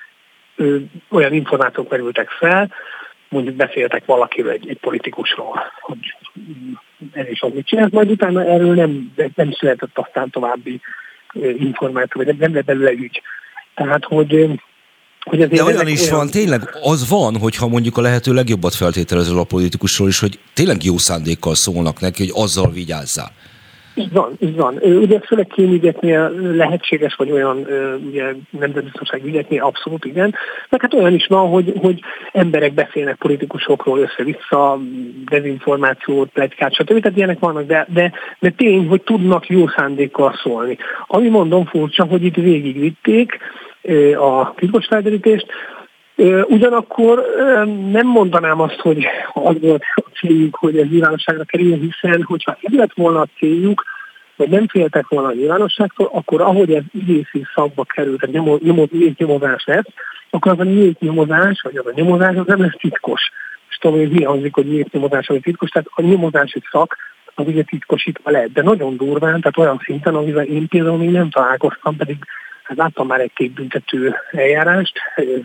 ö, olyan információk merültek fel, mondjuk beszéltek valakiről, egy, egy politikusról, hogy ez is az mit csinált, majd utána erről nem, nem született aztán további ö, információ, vagy nem lett belőle ügy. Tehát, hogy... hogy de olyan is olyan... van, tényleg az van, hogyha mondjuk a lehető legjobbat feltételező a politikusról is, hogy tényleg jó szándékkal szólnak neki, hogy azzal vigyázzál. Így van, így van. Ugye főleg kémügyeknél lehetséges, vagy olyan ugye, nemzetbiztonsági ügyeknél abszolút igen. Meg hát olyan is van, hogy, hogy emberek beszélnek politikusokról össze-vissza, dezinformációt, pletykát, stb. Tehát ilyenek vannak, de, de, de tény, hogy tudnak jó szándékkal szólni. Ami mondom furcsa, hogy itt végigvitték a titkos felderítést, ugyanakkor nem mondanám azt, hogy az volt a céljuk, hogy ez nyilvánosságra kerüljön, hiszen hogyha ez lett volna a céljuk, vagy nem féltek volna a nyilvánosságtól, akkor ahogy ez ügyészi szakba került, tehát nyomozás lett, akkor az a nyomozás, vagy az a nyomozás, az nem lesz titkos. És tudom, hogy mi hangzik, hogy nyomozás, vagy titkos, tehát a nyomozási szak az ugye titkosítva lett, de nagyon durván, tehát olyan szinten, amivel én például még nem találkoztam, pedig hát láttam már egy-két büntető eljárást,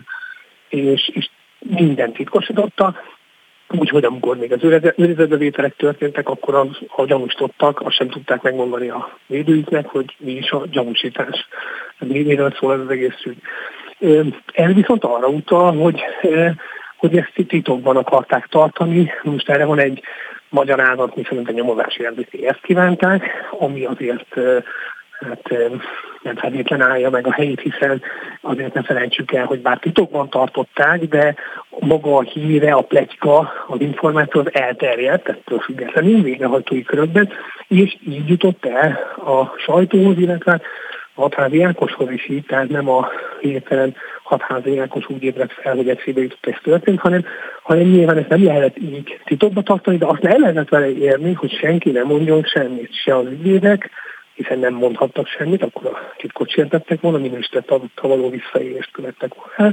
és, és minden titkosította, úgyhogy amikor még az őrizetbevételek történtek, akkor az, a gyanúsítottak, azt sem tudták megmondani a védőiknek, hogy mi is a gyanúsítás. Miről szól ez az egész ügy. Ez viszont arra utal, hogy, hogy ezt titokban akarták tartani. Most erre van egy magyarázat, miszerint a nyomozási rendőrök ezt kívánták, ami azért hát nem feltétlen állja meg a helyét, hiszen azért ne felejtsük el, hogy bár titokban tartották, de maga a híre, a pletyka, az információ az elterjedt, ettől függetlenül végrehajtói körökben, és így jutott el a sajtóhoz, illetve a Hatházi Ákoshoz is így, tehát nem a hirtelen Hatházi Ákos úgy ébredt fel, hogy eszébe jutott ez történt, hanem, hanem nyilván ezt nem lehet így titokba tartani, de azt le lehetett vele érni, hogy senki nem mondjon semmit, se az ügyvédek, hiszen nem mondhattak semmit, akkor a titkot sértettek volna, minősített adottal való visszaélést követtek volna.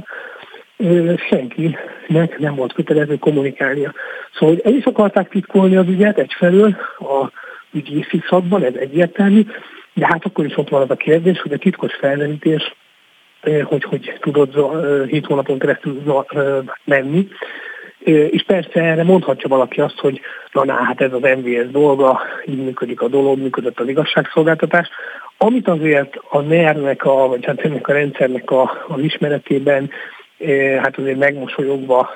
Senkinek nem volt kötelező kommunikálnia. Szóval el is akarták titkolni az ügyet egyfelől a ügyészi szakban, ez egyértelmű, de hát akkor is ott van az a kérdés, hogy a titkos felderítés, hogy, hogy tudod hét hónapon keresztül menni, és persze erre mondhatja valaki azt, hogy na, na hát ez az em vé es dolga, így működik a dolog, működött az igazságszolgáltatás. Amit azért a en e er-nek, a, vagy hát ennek a rendszernek a, az ismeretében, hát azért megmosolyogva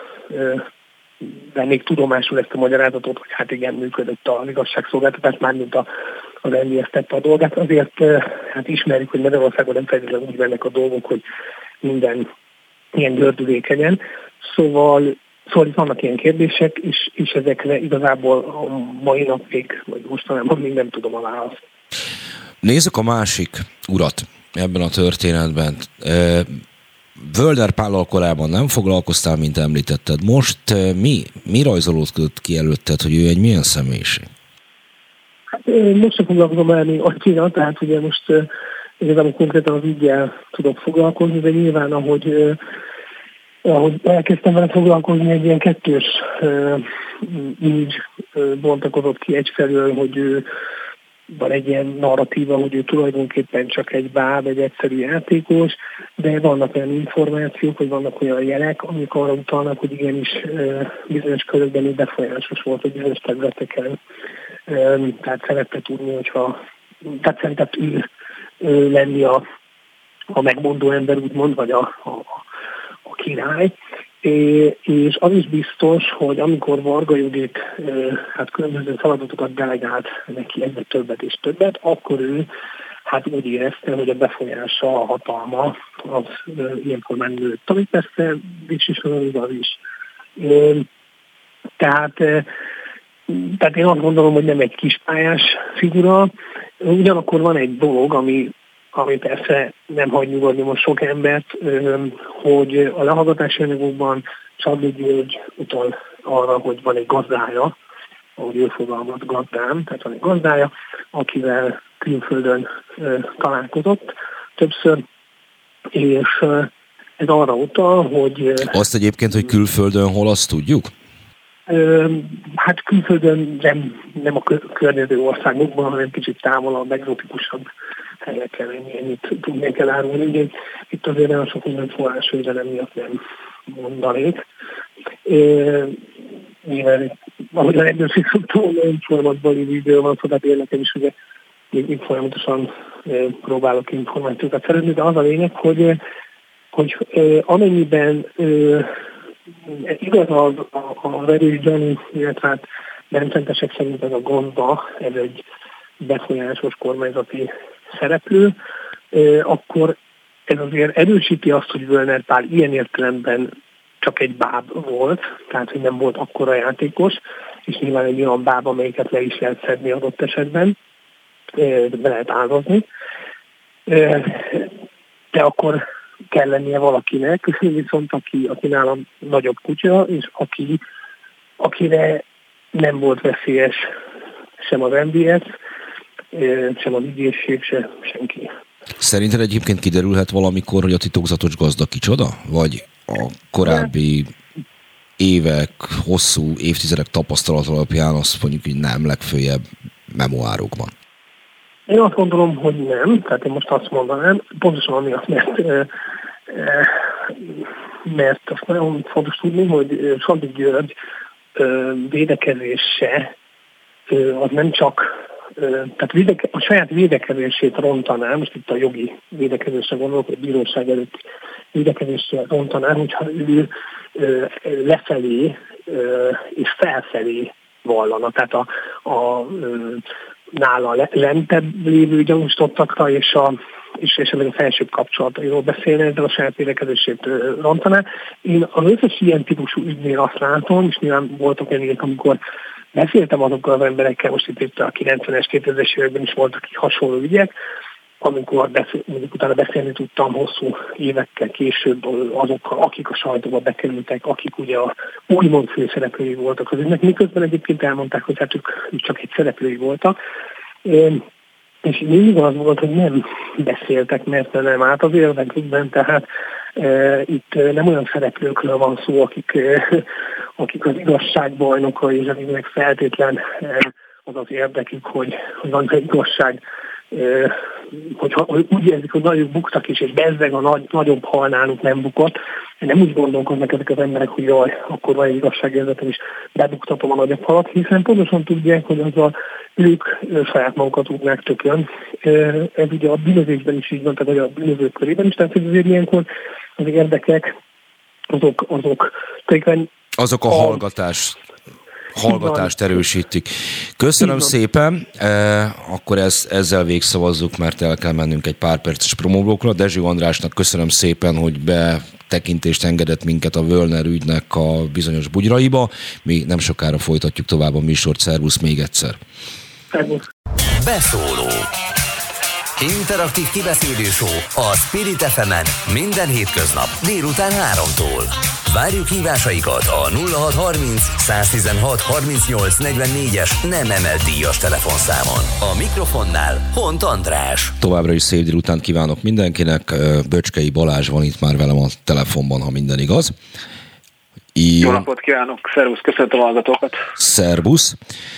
vennék tudomásul ezt a magyarázatot, hogy hát igen, működött az igazságszolgáltatás, mármint a, az em vé es tette a dolgát. Azért hát ismerjük, hogy Magyarországon nem feltétlenül úgy mennek a dolgok, hogy minden ilyen gördülékenyen. Szóval Szóval itt vannak ilyen kérdések, és, és ezekre igazából a mai napig, vagy mostanában még nem tudom a választ. Nézzük a másik urat ebben a történetben. Völner Pállal korábban nem foglalkoztál, mint említetted. Most mi, mi rajzolódott ki előtted, hogy ő egy milyen személyiség? Hát most sem foglalkozom el még annyira, tehát ugye most igazából konkrétan az üggyel tudok foglalkozni, de nyilván ahogy ahogy elkezdtem vele foglalkozni, egy ilyen kettős uh, image uh, bontakozott ki egyfelől, hogy ő van egy ilyen narratíva, hogy ő tulajdonképpen csak egy báb, egy egyszerű játékos, de vannak olyan információk, hogy vannak olyan jelek, amik arra utalnak, hogy igenis uh, bizonyos körökben ő befolyásos volt, hogy bizonyos területeken. Um, tehát szerette tudni, hogyha tehát szeretett ő uh, lenni a, a megmondó ember, úgymond, vagy a, a király, és az is biztos, hogy amikor Varga Judit hát különböző feladatokat delegált neki egyre többet és többet, akkor ő hát úgy érezte, hogy a befolyása, a hatalma az ilyen formán nőtt, ami persze végsősorban igaz is. Tehát, tehát én azt gondolom, hogy nem egy kispályás figura, ugyanakkor van egy dolog, ami ami persze nem hagy nyugodni most sok embert, hogy a lehallgatási anyagokban Csabli György utal arra, hogy van egy gazdája, ahogy ő fogalmaz, gazdám, tehát van egy gazdája, akivel külföldön találkozott többször, és ez arra utal, hogy... Azt egyébként, hogy külföldön hol, azt tudjuk? Hát külföldön nem, nem a környező országokban, hanem kicsit távolabb, egzotikusabb helyeken ennyit tudnék elárulni. Ugye itt azért nagyon sok minden forrásvédelem miatt nem mondanék. Mivel, ahogy a rendőrség szokta mondani, folyamatban lévő idő van, szóval én nekem is ugye még folyamatosan próbálok információkat szerezni, de az a lényeg, hogy, hogy amennyiben igaz a, a, a verős gyanú, illetve hát rendszeresek szerint ez a gazda, ez egy befolyásos kormányzati szereplő, akkor ez azért erősíti azt, hogy Völner Pál ilyen értelemben csak egy báb volt, tehát hogy nem volt akkora játékos, és nyilván egy olyan báb, amelyiket le is lehet szedni adott esetben, be lehet áldozni. De akkor kell lennie valakinek, viszont aki, aki nálam nagyobb kutya, és aki, akire nem volt veszélyes sem az em bé es, sem az ügyészség, se senki. Szerinted egyébként kiderülhet valamikor, hogy a titokzatos gazda kicsoda? Vagy a korábbi évek, hosszú évtizedek tapasztalat alapján azt mondjuk, hogy nem, legfőjebb memoárokban? Én azt gondolom, hogy nem, tehát én most azt mondanám, pontosan amiatt, mert, mert azt nagyon fontos tudni, hogy Sandi György védekezése az nem csak, tehát védeke, a saját védekezését rontaná, most itt a jogi védekezésre gondolok, hogy bíróság előtt védekezésre rontaná, hogyha ő lefelé és felfelé vallana, tehát a, a nála lentebb lévő gyanúsítottakra és a és esetleg a felsőbb kapcsolatairól beszélne, de a saját védekezését rontaná. Én az összes ilyen típusú ügynél azt látom, és nyilván voltak ennél, amikor beszéltem azokkal az emberekkel, most itt, itt a kilencvenes, kétezres években is voltak hasonló ügyek, amikor beszél, utána beszélni tudtam hosszú évekkel később azokkal, akik a sajtóba bekerültek, akik ugye a úgymond főszereplői voltak az ügynek, miközben egyébként elmondták, hogy hát ők, ők csak egy szereplői voltak. És mindig az volt, hogy nem beszéltek, mert nem állt az érdekükben, tehát e, itt nem olyan szereplőkről van szó, akik, e, akik az igazságbajnokai, és akiknek feltétlen e, az az érdekük, hogy, hogy van egy igazság, e, hogy, hogy úgy érzik, hogy nagyobb buktak is, és bezzeg a nagy, nagyobb hal náluk nem bukott. Nem úgy gondolkoznak ezek az emberek, hogy jaj, akkor van egy igazságérzetem is, bebuktatom a nagyobb halat, hiszen pontosan tudják, hogy azzal ők saját magukat tudnák tökön. Ez ugye a bűnözésben is így van, tehát a bűnözők körében is, tehát azért ilyenkor az érdekek, azok, azok tulajdonképpen azok a, a hallgatás, hallgatást erősítik. Köszönöm szépen, e, akkor ez, ezzel végszavazzuk, mert el kell mennünk egy pár perces promóblokra. Dezső Andrásnak köszönöm szépen, hogy betekintést engedett minket a Völner ügynek a bizonyos bugyraiba. Mi nem sokára folytatjuk tovább a műsort. Szervusz még egyszer. Szervusz. Beszóló. Interaktív kibeszélő show a Spirit ef emen minden hétköznap délután háromtól. Várjuk hívásaikat a nulla hat harminc száztizenhat harmincnyolc negyvennégyes nem emelt díjas telefonszámon. A mikrofonnál Hont András. Továbbra is szép délután kívánok mindenkinek. Böcskei Balázs van itt már velem a telefonban, ha minden igaz. I... Jó napot kívánok, szervusz, köszöntöm a hallgatókat. Szervusz.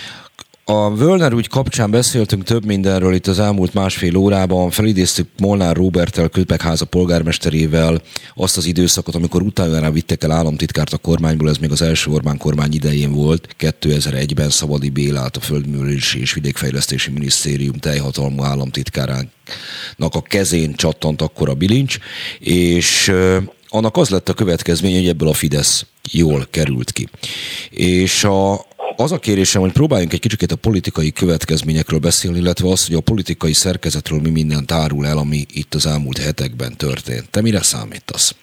A Völner ügy kapcsán beszéltünk több mindenről itt az elmúlt másfél órában. Felidéztük Molnár Róberttel, Köpegháza polgármesterével azt az időszakot, amikor utána vittek el államtitkárt a kormányból, ez még az első Orbán kormány idején volt, kétezer-egyben Szabadi Bélát, a Földművelési és Vidékfejlesztési Minisztérium teljhatalmú államtitkárának a kezén csattant akkor a bilincs, és annak az lett a következménye, hogy ebből a Fidesz jól került ki. És a Az a kérésem, hogy próbáljunk egy kicsit a politikai következményekről beszélni, illetve az, hogy a politikai szerkezetről mi mindent árul el, ami itt az elmúlt hetekben történt. Te mire számítasz?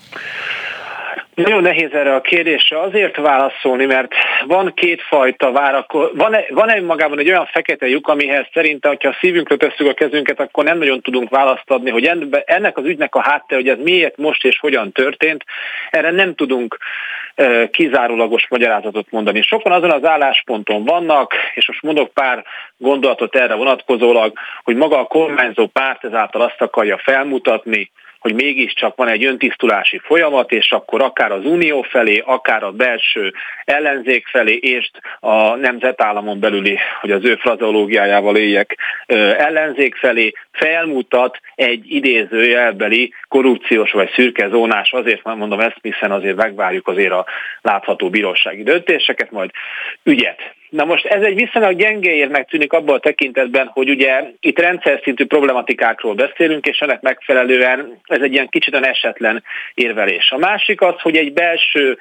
Nagyon nehéz erre a kérdésre azért válaszolni, mert van kétfajta várakozás, van, van egy magában egy olyan fekete lyuk, amihez szerintem, hogyha a szívünkre tesszük a kezünket, akkor nem nagyon tudunk választ adni, hogy ennek az ügynek a háttere, hogy ez miért, most és hogyan történt, erre nem tudunk kizárólagos magyarázatot mondani. Sokan azon az állásponton vannak, és most mondok pár gondolatot erre vonatkozólag, hogy maga a kormányzó párt ezáltal azt akarja felmutatni, hogy mégiscsak van egy öntisztulási folyamat, és akkor akár az Unió felé, akár a belső ellenzék felé, és a nemzetállamon belüli, hogy az ő frazeológiájával éljek, ellenzék felé felmutat egy idézőjelbeli korrupciós vagy szürke zónás, azért mondom ezt, hiszen azért megvárjuk azért a látható bírósági döntéseket, majd ügyet. Na most ez egy viszonylag gyenge érvnek tűnik abban a tekintetben, hogy ugye itt rendszer szintű problematikákról beszélünk, és ennek megfelelően ez egy ilyen kicsit esetlen érvelés. A másik az, hogy egy belső,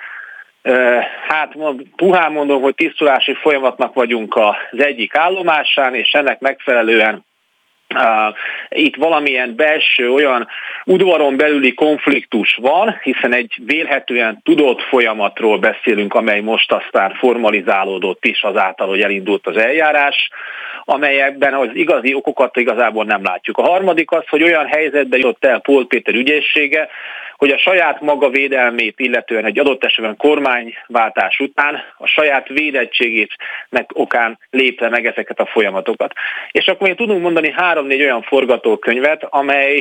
hát puhán mondom, hogy tisztulási folyamatnak vagyunk az egyik állomásán, és ennek megfelelően Uh, itt valamilyen belső olyan udvaron belüli konfliktus van, hiszen egy vélhetően tudott folyamatról beszélünk, amely most aztán formalizálódott is azáltal, hogy elindult az eljárás, amelyekben az igazi okokat igazából nem látjuk. A harmadik az, hogy olyan helyzetben jött el Pól Péter ügyészsége, hogy a saját maga védelmét, illetően egy adott esetben kormányváltás után a saját védettségének okán lépte meg ezeket a folyamatokat. És akkor még tudunk mondani három-négy olyan forgatókönyvet, amely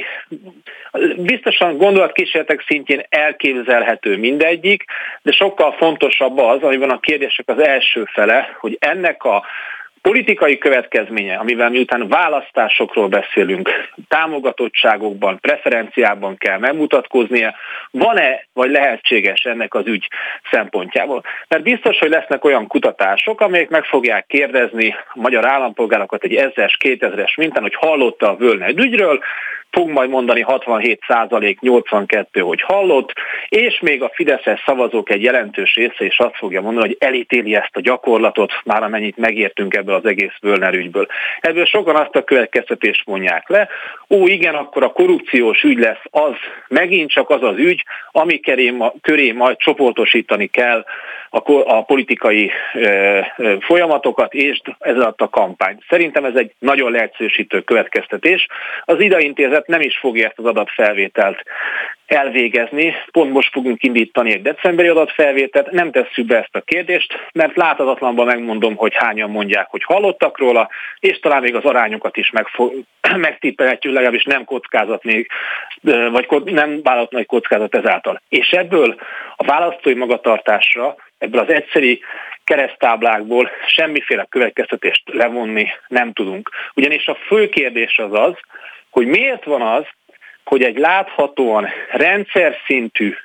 biztosan gondolatkísérletek szintjén elképzelhető mindegyik, de sokkal fontosabb az, amiben a kérdések az első fele, hogy ennek a politikai következménye, amivel miután választásokról beszélünk, támogatottságokban, preferenciában kell megmutatkoznia, van-e vagy lehetséges ennek az ügy szempontjából. Mert biztos, hogy lesznek olyan kutatások, amelyek meg fogják kérdezni a magyar állampolgárokat egy ezres, kétezres mintán, hogy hallotta a Völner ügyről, fog majd mondani hatvanhét százalék, nyolcvankettő, hogy hallott, és még a fideszes szavazók egy jelentős része is azt fogja mondani, hogy elítéli ezt a gyakorlatot, már amennyit megértünk ebből az egész Völner ügyből. Ebből sokan azt a következtetést mondják le, ó igen, akkor a korrupciós ügy lesz az, megint csak az az ügy, ami köré majd csoportosítani kell a, a politikai ö, ö, folyamatokat, és ez alatt a kampány. Szerintem ez egy nagyon leegyszerűsítő következtetés. Az I D A intézet nem is fogja ezt az adatfelvételt elvégezni. Pont most fogunk indítani egy decemberi adatfelvételt, nem tesszük be ezt a kérdést, mert láthatatlanban megmondom, hogy hányan mondják, hogy hallottak róla, és talán még az arányokat is megtippelhetjük, legalábbis nem kockázat még, vagy nem vállalt nagy kockázat ezáltal. És ebből a választói magatartásra, ebből az egyszeri kereszttáblákból semmiféle következtetést levonni nem tudunk. Ugyanis a fő kérdés az az, hogy miért van az, hogy egy láthatóan rendszer szintű,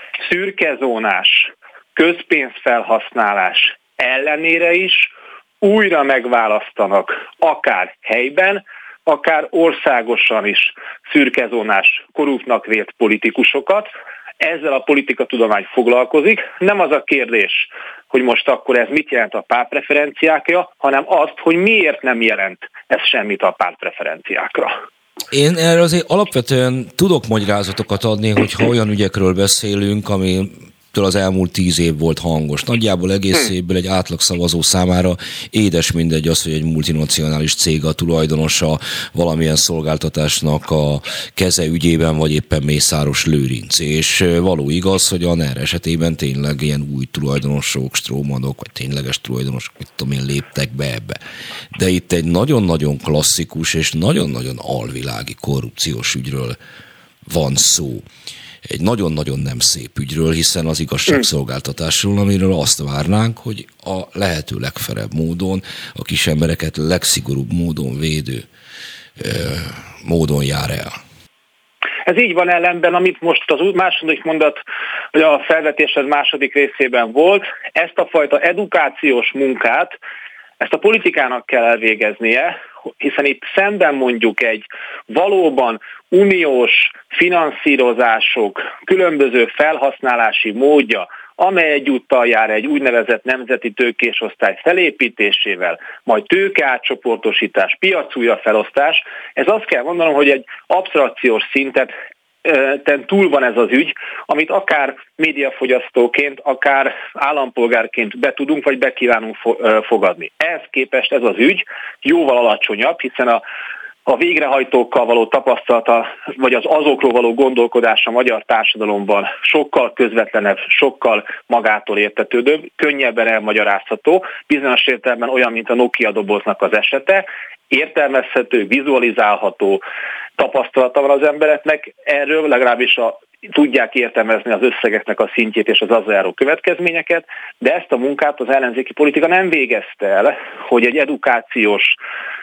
szürkezónás közpénzfelhasználás ellenére is újra megválasztanak akár helyben, akár országosan is szürkezónás, korruptnak vélt politikusokat. Ezzel a politikatudomány foglalkozik. Nem az a kérdés, hogy most akkor ez mit jelent a pártpreferenciákra, hanem azt, hogy miért nem jelent ez semmit a pártpreferenciákra. Én erre azért alapvetően tudok magyarázatokat adni, hogyha olyan ügyekről beszélünk, ami az elmúlt tíz év volt hangos. Nagyjából egész évből egy átlagszavazó számára édes mindegy az, hogy egy multinacionális cég a tulajdonosa valamilyen szolgáltatásnak a keze ügyében, vagy éppen Mészáros Lőrinc. És való igaz, hogy a NER esetében tényleg ilyen új tulajdonosok, strómanok, vagy tényleges tulajdonosok, mit tudom én, léptek be ebbe. De itt egy nagyon-nagyon klasszikus és nagyon-nagyon alvilági korrupciós ügyről van szó. Egy nagyon-nagyon nem szép ügyről, hiszen az igazságszolgáltatásról, amiről azt várnánk, hogy a lehető legfelebb módon, a kis embereket legszigorúbb módon védő ö, módon jár el. Ez így van, ellenben, amit most az második mondat, vagy a felvetésed második részében volt, ezt a fajta edukációs munkát, ezt a politikának kell elvégeznie, hiszen itt szemben mondjuk egy valóban uniós finanszírozások különböző felhasználási módja, amely egyúttal jár egy úgynevezett nemzeti tőkésosztály felépítésével, majd tőkeátcsoportosítás, piacújra felosztás, ez azt kell mondanom, hogy egy absztrakciós szintet túl van ez az ügy, amit akár médiafogyasztóként, akár állampolgárként be tudunk, vagy be kívánunk fogadni. Ehhez képest ez az ügy jóval alacsonyabb, hiszen a a végrehajtókkal való tapasztalata, vagy az azokról való gondolkodása a magyar társadalomban sokkal közvetlenebb, sokkal magától értetődőbb, könnyebben elmagyarázható, bizonyos értelemben olyan, mint a Nokia doboznak az esete, értelmezhető, vizualizálható tapasztalata van az embereknek, erről legalábbis a, tudják értelmezni az összegeknek a szintjét és az azzal járó következményeket, de ezt a munkát az ellenzéki politika nem végezte el, hogy egy edukációs,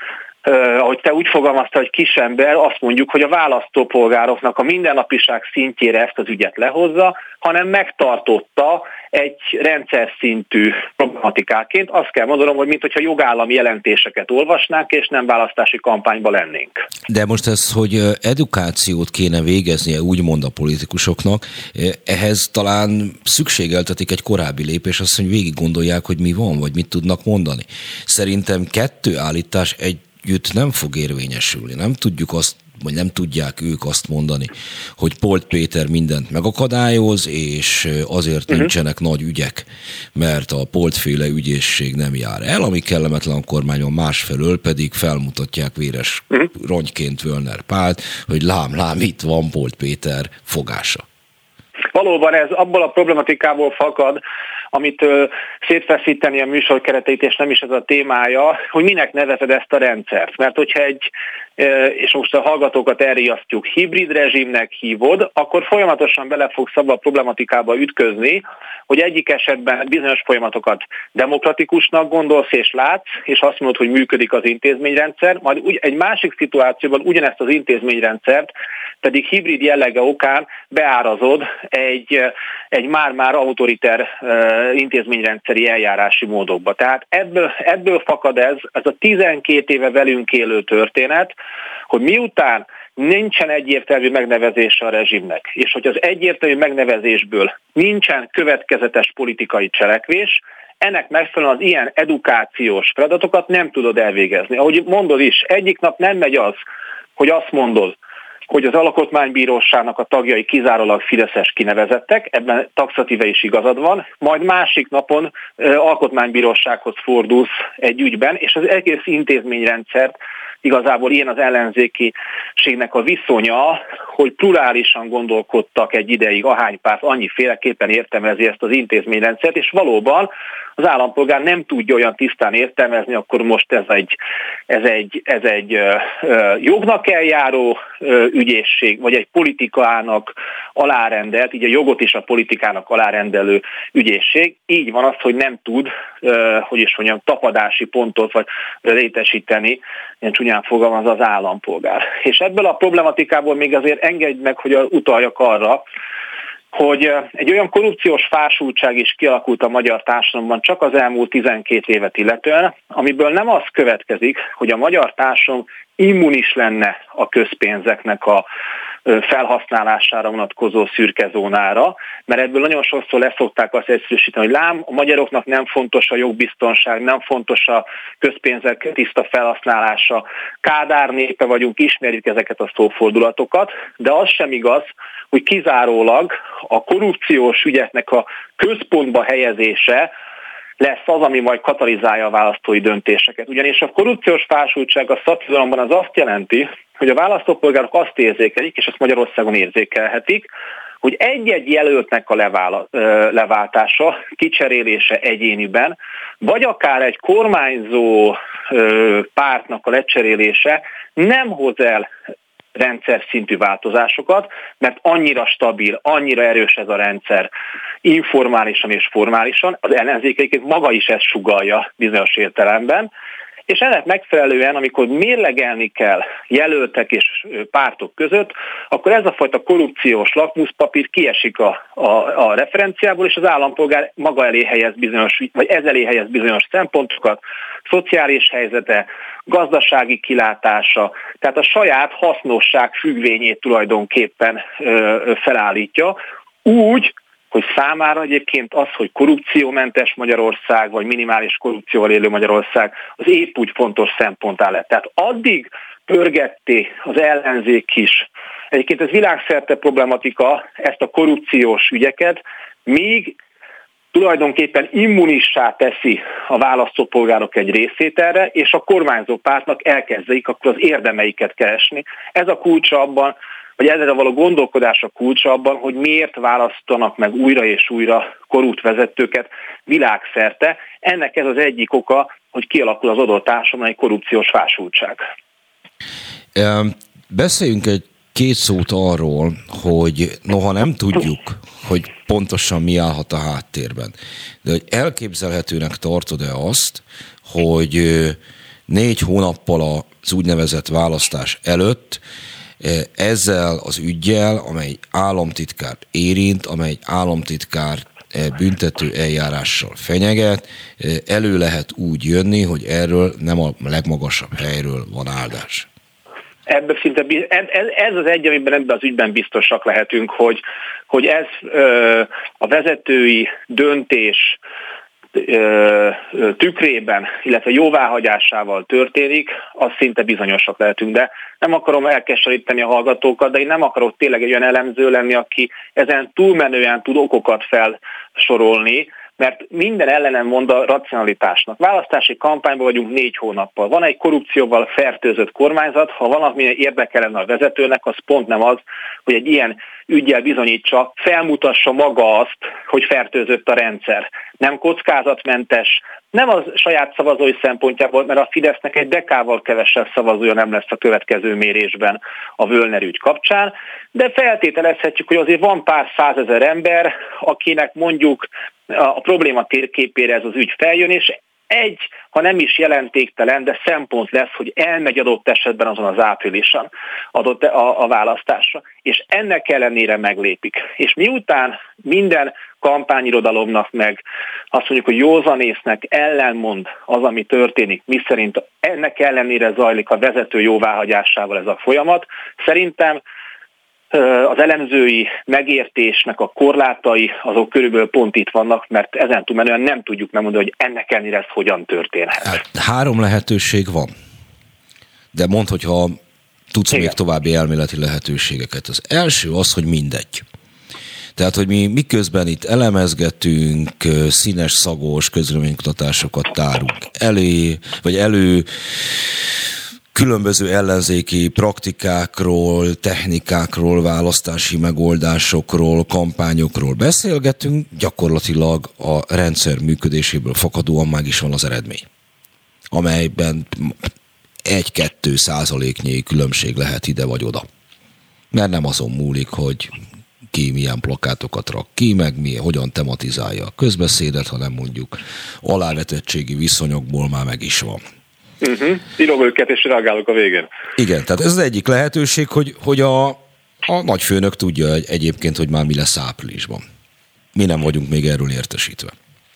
Uh, ahogy te úgy fogalmaztad, hogy kisember, azt mondjuk, hogy a választópolgároknak a mindennapiság szintjére ezt az ügyet lehozza, hanem megtartotta egy rendszer szintű problematikáként. Azt kell mondanom, hogy mintha jogállami jelentéseket olvasnánk, és nem választási kampányban lennénk. De most ez, hogy edukációt kéne végeznie úgymond a politikusoknak, ehhez talán szükségeltetik egy korábbi lépés, azt, hogy végig gondolják, hogy mi van, vagy mit tudnak mondani. Szerintem kettő állítás egy együtt nem fog érvényesülni. Nem tudjuk azt, vagy nem tudják ők azt mondani, hogy Polt Péter mindent megakadályoz, és azért uh-huh. nincsenek nagy ügyek, mert a Polt-féle ügyészség nem jár el, ami kellemetlen a kormányon, másfelől pedig felmutatják véres uh-huh. rongyként Völner Pált, hogy lám, lám, itt van Polt Péter fogása. Valóban ez abból a problematikából fakad, amit ö, szétfeszíteni a műsor kereteit, és nem is ez a témája, hogy minek nevezed ezt a rendszert. Mert hogyha egy, ö, és most a hallgatókat elriasztjuk, hibrid rezsimnek hívod, akkor folyamatosan bele fogsz abba a problematikába ütközni, hogy egyik esetben bizonyos folyamatokat demokratikusnak gondolsz és látsz, és azt mondod, hogy működik az intézményrendszer, majd úgy, egy másik szituációban ugyanezt az intézményrendszert pedig hibrid jellege okán beárazod egy, egy már-már autoriter intézményrendszeri eljárási módokba. Tehát ebből, ebből fakad ez, ez a tizenkét éve velünk élő történet, hogy miután nincsen egyértelmű megnevezése a rezsimnek, és hogy az egyértelmű megnevezésből nincsen következetes politikai cselekvés, ennek megfelelően az ilyen edukációs feladatokat nem tudod elvégezni. Ahogy mondod is, egyik nap nem megy az, hogy azt mondod, hogy az Alkotmánybíróságnak a tagjai kizárólag fideszes kinevezettek, ebben taxatíve is igazad van, majd másik napon uh, Alkotmánybírósághoz fordulsz egy ügyben, és az egész intézményrendszert igazából ilyen az ellenzékiségnek a viszonya, hogy plurálisan gondolkodtak egy ideig, ahány párt annyiféleképpen értelmezi ezt az intézményrendszert, és valóban az állampolgár nem tudja olyan tisztán értelmezni, akkor most ez egy, ez egy, ez egy ö, ö, jognak eljáró ö, ügyészség, vagy egy politikának alárendelt, így a jogot is a politikának alárendelő ügyészség. Így van az, hogy nem tud, ö, hogy is mondjam, tapadási pontot vagy létesíteni, ilyen csúnyán fogalmaz az állampolgár. És ebből a problematikából még azért engedj meg, hogy utaljak arra, hogy egy olyan korrupciós fásultság is kialakult a magyar társadalomban csak az elmúlt tizenkét évet illetően, amiből nem az következik, hogy a magyar társadalom immunis lenne a közpénzeknek a felhasználására vonatkozó szürke zónára, mert ebből nagyon sokszor leszokták azt egyszerűsíteni, hogy lám, a magyaroknak nem fontos a jogbiztonság, nem fontos a közpénzek tiszta felhasználása, Kádár népe vagyunk, ismerjük ezeket a szófordulatokat, de az sem igaz, hogy kizárólag a korrupciós ügyeknek a központba helyezése lesz az, ami majd katalizálja a választói döntéseket. Ugyanis a korrupciós fásultság a szakirodalomban az azt jelenti, hogy a választópolgárok azt érzékelik, és azt Magyarországon érzékelhetik, hogy egy-egy jelöltnek a leváltása, kicserélése egyéniben, vagy akár egy kormányzó pártnak a lecserélése nem hoz el rendszer szintű változásokat, mert annyira stabil, annyira erős ez a rendszer, informálisan és formálisan, az ellenzékeiként maga is ezt sugallja bizonyos értelemben, és ennek megfelelően, amikor mérlegelni kell jelöltek és pártok között, akkor ez a fajta korrupciós lakmuszpapír kiesik a, a, a referenciából, és az állampolgár maga elé helyez bizonyos, vagy ez elé helyez bizonyos szempontokat, szociális helyzete, gazdasági kilátása, tehát a saját hasznosság függvényét tulajdonképpen ö, felállítja, úgy, hogy számára egyébként az, hogy korrupciómentes Magyarország, vagy minimális korrupcióval élő Magyarország, az épp úgy fontos szemponttá lett. Tehát addig pörgetté az ellenzék is. Egyébként ez világszerte problematika, ezt a korrupciós ügyeket, míg tulajdonképpen immunissá teszi a választópolgárok egy részét erre, és a kormányzó pártnak elkezdik akkor az érdemeiket keresni. Ez a kulcsa abban, vagy ezzel való gondolkodás a kulcsa abban, hogy miért választanak meg újra és újra korrupt vezetőket világszerte. Ennek ez az egyik oka, hogy kialakul az adott társadalomban egy korrupciós fásultság. Beszéljünk egy két szót arról, hogy noha nem tudjuk, hogy pontosan mi állhat a háttérben, de hogy elképzelhetőnek tartod-e azt, hogy négy hónappal az úgynevezett választás előtt ezzel az üggyel, amely államtitkárt érint, amely államtitkár büntető eljárással fenyeget, elő lehet úgy jönni, hogy erről nem a legmagasabb helyről van áldás. Ebben szinte, ez az egy, amiben ebben az ügyben biztosak lehetünk, hogy, hogy ez ö, a vezetői döntés ö, tükrében, illetve jóváhagyásával történik, az szinte bizonyosak lehetünk. De nem akarom elkeseríteni a hallgatókat, de én nem akarok tényleg egy olyan elemző lenni, aki ezen túlmenően tud okokat felsorolni, mert minden ellenem mond a racionalitásnak. Választási kampányban vagyunk négy hónappal. Van egy korrupcióval fertőzött kormányzat, ha valami érdekel lenne a vezetőnek, az pont nem az, hogy egy ilyen üggyel bizonyítsa, felmutassa maga azt, hogy fertőzött a rendszer. Nem kockázatmentes, nem a saját szavazói szempontjából, mert a Fidesznek egy dekával kevesebb szavazója nem lesz a következő mérésben a Völner ügy kapcsán, de feltételezhetjük, hogy azért van pár százezer ember, akinek mondjuk a probléma térképére ez az ügy feljön, és egy, ha nem is jelentéktelen, de szempont lesz, hogy elmegy adott esetben azon az áprilison adott a, a választásra. És ennek ellenére meglépik. És miután minden kampányirodalomnak meg azt mondjuk, hogy józanésznek ellenmond az, ami történik, miszerint ennek ellenére zajlik a vezető jóváhagyásával ez a folyamat, szerintem az elemzői megértésnek a korlátai azok körülbelül pont itt vannak, mert ezen túlmenően nem tudjuk megmondani, hogy ennek ellenére ez hogyan történhet. Hát, három lehetőség van, de mondd, hogyha tudsz Igen. még további elméleti lehetőségeket. Az első az, hogy mindegy. Tehát, hogy mi miközben itt elemezgetünk, színes, szagos közvéleménykutatásokat tárunk elé, vagy elő, különböző ellenzéki praktikákról, technikákról, választási megoldásokról, kampányokról beszélgetünk, gyakorlatilag a rendszer működéséből fakadóan meg is van az eredmény, amelyben egy-kettő százaléknyi különbség lehet ide vagy oda. Mert nem azon múlik, hogy ki milyen plakátokat rak ki, meg mi, hogyan tematizálja a közbeszédet, hanem mondjuk alávetettségi viszonyokból már meg is van. Uh-huh. Írom őket, és reagálok a végén. Igen, tehát ez az egyik lehetőség, hogy, hogy a, a nagyfőnök tudja egyébként, hogy már mi lesz áprilisban. Mi nem vagyunk még erről értesítve.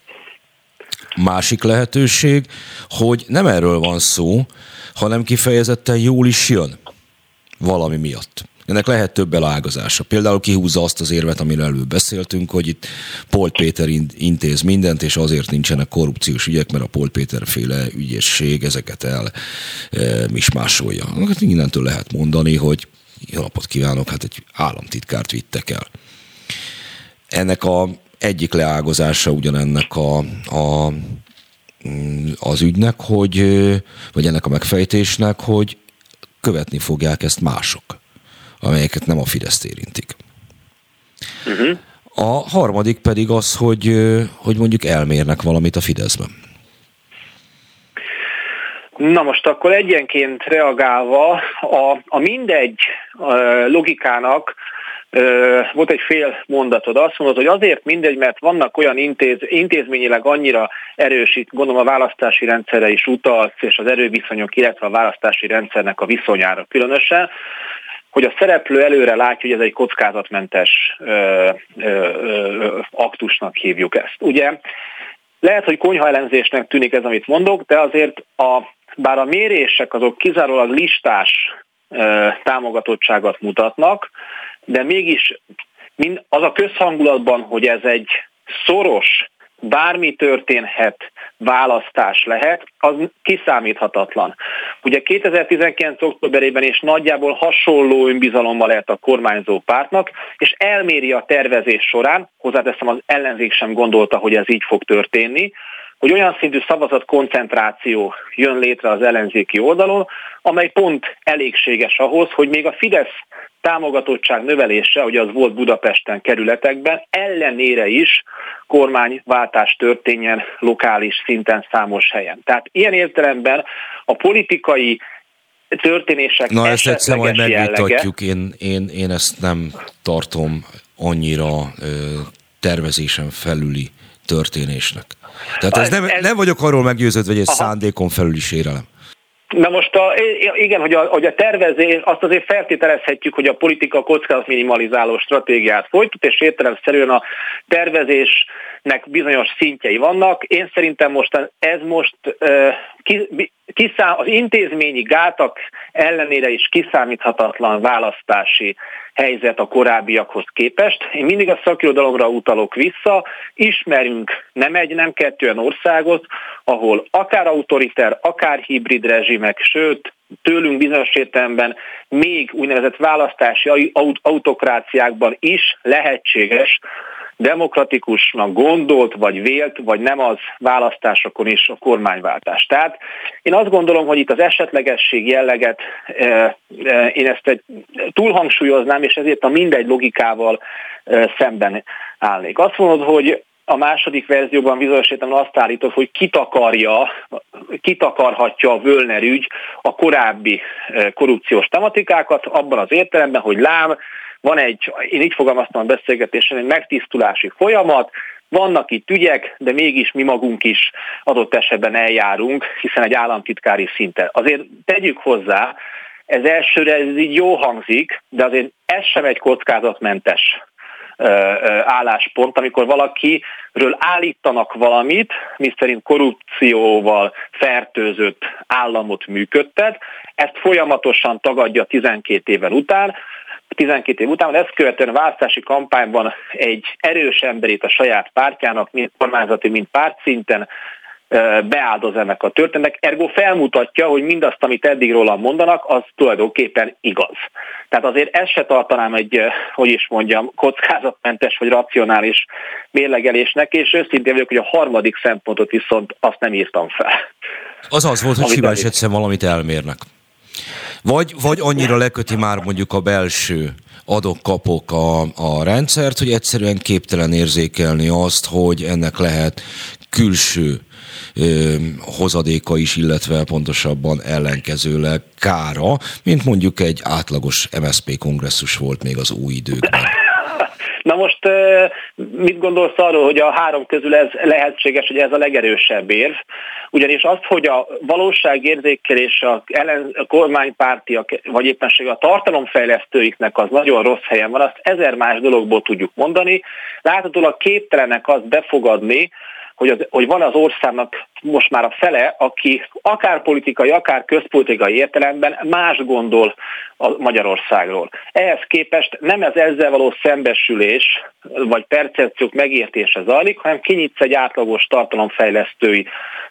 Másik lehetőség, hogy nem erről van szó, hanem kifejezetten jól is jön valami miatt. Ennek lehet több elágazása. Például kihúzza azt az érvet, amiről előbb beszéltünk, hogy itt Polt Péter intéz mindent, és azért nincsenek korrupciós ügyek, mert a Polt Péter féle ügyészség ezeket el e, mismásolja. Hát innentől lehet mondani, hogy jó napot kívánok, hát egy államtitkárt vittek el. Ennek a egyik leágazása ugyanennek a, a, az ügynek, hogy, vagy ennek a megfejtésnek, hogy követni fogják ezt mások, amelyeket nem a Fideszt érintik. Uh-huh. A harmadik pedig az, hogy, hogy mondjuk elmérnek valamit a Fideszben. Na most akkor egyenként reagálva, a, a mindegy a logikának volt egy fél mondatod. Azt mondod, hogy azért mindegy, mert vannak olyan intéz, intézményileg annyira erős, itt gondolom a választási rendszerre is utalsz, és az erőviszonyok, illetve a választási rendszernek a viszonyára különösen, hogy a szereplő előre látja, hogy ez egy kockázatmentes ö, ö, ö, aktusnak hívjuk ezt. Ugye lehet, hogy konyhaelemzésnek tűnik ez, amit mondok, de azért a, bár a mérések azok kizárólag listás ö, támogatottságot mutatnak, de mégis mind az a közhangulatban, hogy ez egy szoros, bármi történhet, választás lehet, az kiszámíthatatlan. Ugye kétezer-tizenkilenc. októberében és nagyjából hasonló önbizalommal lehet a kormányzó pártnak, és elméri a tervezés során, hozzáteszem, az ellenzék sem gondolta, hogy ez így fog történni, hogy olyan szintű szavazat koncentráció jön létre az ellenzéki oldalon, amely pont elégséges ahhoz, hogy még a Fidesz támogatottság növelése, hogy az volt Budapesten, kerületekben, ellenére is kormányváltás történjen lokális szinten számos helyen. Tehát ilyen értelemben a politikai történések Na ezt egyszer majd megvitatjuk, jellege... én, én, én ezt nem tartom annyira ö, tervezésen felüli történésnek. Tehát ez nem, nem vagyok arról meggyőződve, hogy ez Aha. szándékon felüli sérelem. Na most a, igen, hogy a, hogy a tervezés, azt azért feltételezhetjük, hogy a politika kockázatminimalizáló stratégiát folytat, és értelemszerűen a tervezésnek bizonyos szintjei vannak. Én szerintem most ez most uh, kiszám, az intézményi gátak ellenére is kiszámíthatatlan választási helyzet a korábbiakhoz képest. Én mindig a szakirodalomra utalok vissza, ismerünk nem egy, nem kettő olyan országot, ahol akár autoriter, akár hibrid rezsimek, sőt, tőlünk bizonyos értelemben még úgynevezett választási autokráciákban is lehetséges demokratikusnak gondolt, vagy vélt, vagy nem az választásokon is a kormányváltás. Tehát én azt gondolom, hogy itt az esetlegesség jelleget e, e, én ezt egy, túlhangsúlyoznám, és ezért a mindegy logikával e, szemben állnék. Azt mondod, hogy a második verzióban bizonyos értelemben azt állított, hogy kitakarja, kitakarhatja a Völner ügy a korábbi korrupciós tematikákat, abban az értelemben, hogy lám, van egy, én így fogalmaztam a beszélgetésen, egy megtisztulási folyamat, vannak itt ügyek, de mégis mi magunk is adott esetben eljárunk, hiszen egy államtitkári szinten. Azért tegyük hozzá, ez elsőre ez így jó hangzik, de azért ez sem egy kockázatmentes álláspont, amikor valakiről állítanak valamit, miszerint korrupcióval fertőzött államot működtet, ezt folyamatosan tagadja tizenkét éven után, tizenkét év után, ezt követően a választási kampányban egy erős emberét a saját pártjának, mind kormányzati, mind pártszinten beáldoz ennek a történetnek, ergo felmutatja, hogy mindazt, amit eddig róla mondanak, az tulajdonképpen igaz. Tehát azért ezt se tartanám egy, hogy is mondjam, kockázatmentes vagy racionális mérlegelésnek, és őszintén vagyok, hogy a harmadik szempontot viszont azt nem írtam fel. Az az volt, hogy simán is egyszer valamit elmérnek. Vagy, vagy annyira leköti már mondjuk a belső adok-kapok a, a rendszert, hogy egyszerűen képtelen érzékelni azt, hogy ennek lehet külső ö, hozadéka is, illetve pontosabban ellenkezőleg kára, mint mondjuk egy átlagos em es zé pé kongresszus volt még az új időkben. Na most mit gondolsz arról, hogy a három közül ez lehetséges, hogy ez a legerősebb érv? Ugyanis azt, hogy a valóságérzékelés a, ellen, a kormánypártiak, vagy éppenség a tartalomfejlesztőiknek az nagyon rossz helyen van, azt ezer más dologból tudjuk mondani. Láthatólag képtelenek azt befogadni, hogy, az, hogy van az országnak most már a fele, aki akár politikai, akár közpolitikai értelemben más gondol a Magyarországról. Ehhez képest nem ez ezzel való szembesülés, vagy percepciók megértése zajlik, hanem kinyitsz egy átlagos tartalomfejlesztői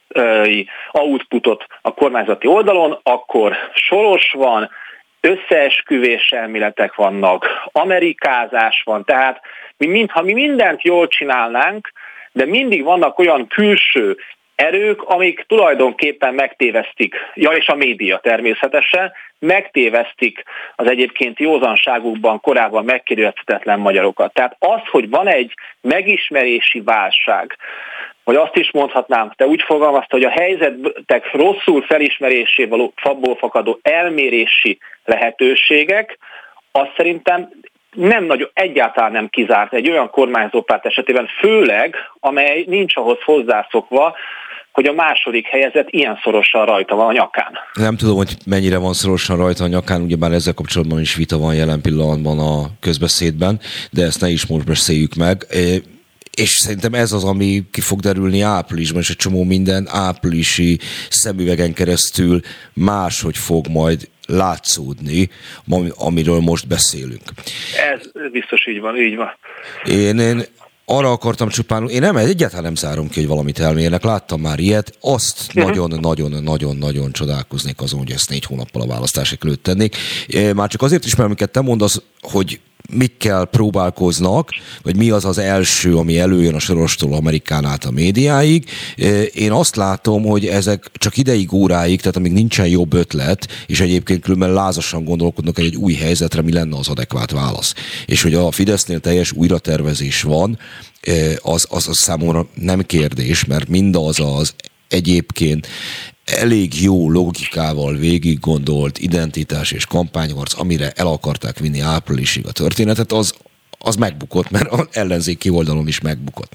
outputot a kormányzati oldalon, akkor Soros van, összeesküvés elméletek vannak, amerikázás van, tehát mi, mintha mi mindent jól csinálnánk, de mindig vannak olyan külső erők, amik tulajdonképpen megtévesztik, ja és a média természetesen, megtévesztik az egyébként józanságukban korábban megkérdőjelezhetetlen magyarokat. Tehát az, hogy van egy megismerési válság, vagy azt is mondhatnám, te úgy fogalmazta, hogy a helyzetek rosszul felismeréséből fakadó elmérési lehetőségek, azt szerintem nem nagyon, egyáltalán nem kizárt egy olyan kormányzópárt esetében, főleg, amely nincs ahhoz hozzászokva, hogy a második helyezett ilyen szorosan rajta van a nyakán. Nem tudom, hogy mennyire van szorosan rajta a nyakán, ugyebár ezzel kapcsolatban is vita van jelen pillanatban a közbeszédben, de ezt ne is most beszéljük meg. És szerintem ez az, ami ki fog derülni áprilisban, és egy csomó minden áprilisi szemüvegen keresztül máshogy fog majd látszódni, amiről most beszélünk. Ez biztos így van, így van. Én, én arra akartam csupán, én nem, egyáltalán nem zárom ki, hogy valamit elmérnek, láttam már ilyet, azt nagyon-nagyon-nagyon-nagyon csodálkoznék azon, hogy ezt négy hónappal a választások előtt tennék. Már csak azért is, mert amiket te mondasz, hogy mikkel próbálkoznak, vagy mi az az első, ami előjön a Sorostól Amerikán át a médiáig. Én azt látom, hogy ezek csak ideig, óráig, tehát amíg nincsen jobb ötlet, és egyébként különben lázasan gondolkodnak egy új helyzetre, mi lenne az adekvát válasz. És hogy a Fidesznél teljes újratervezés van, az, az, az számomra nem kérdés, mert mindaz az egyébként elég jó logikával végig gondolt identitás és kampányharc, amire el akarták vinni áprilisig a történetet, az, az megbukott, mert az ellenzéki oldalon is megbukott.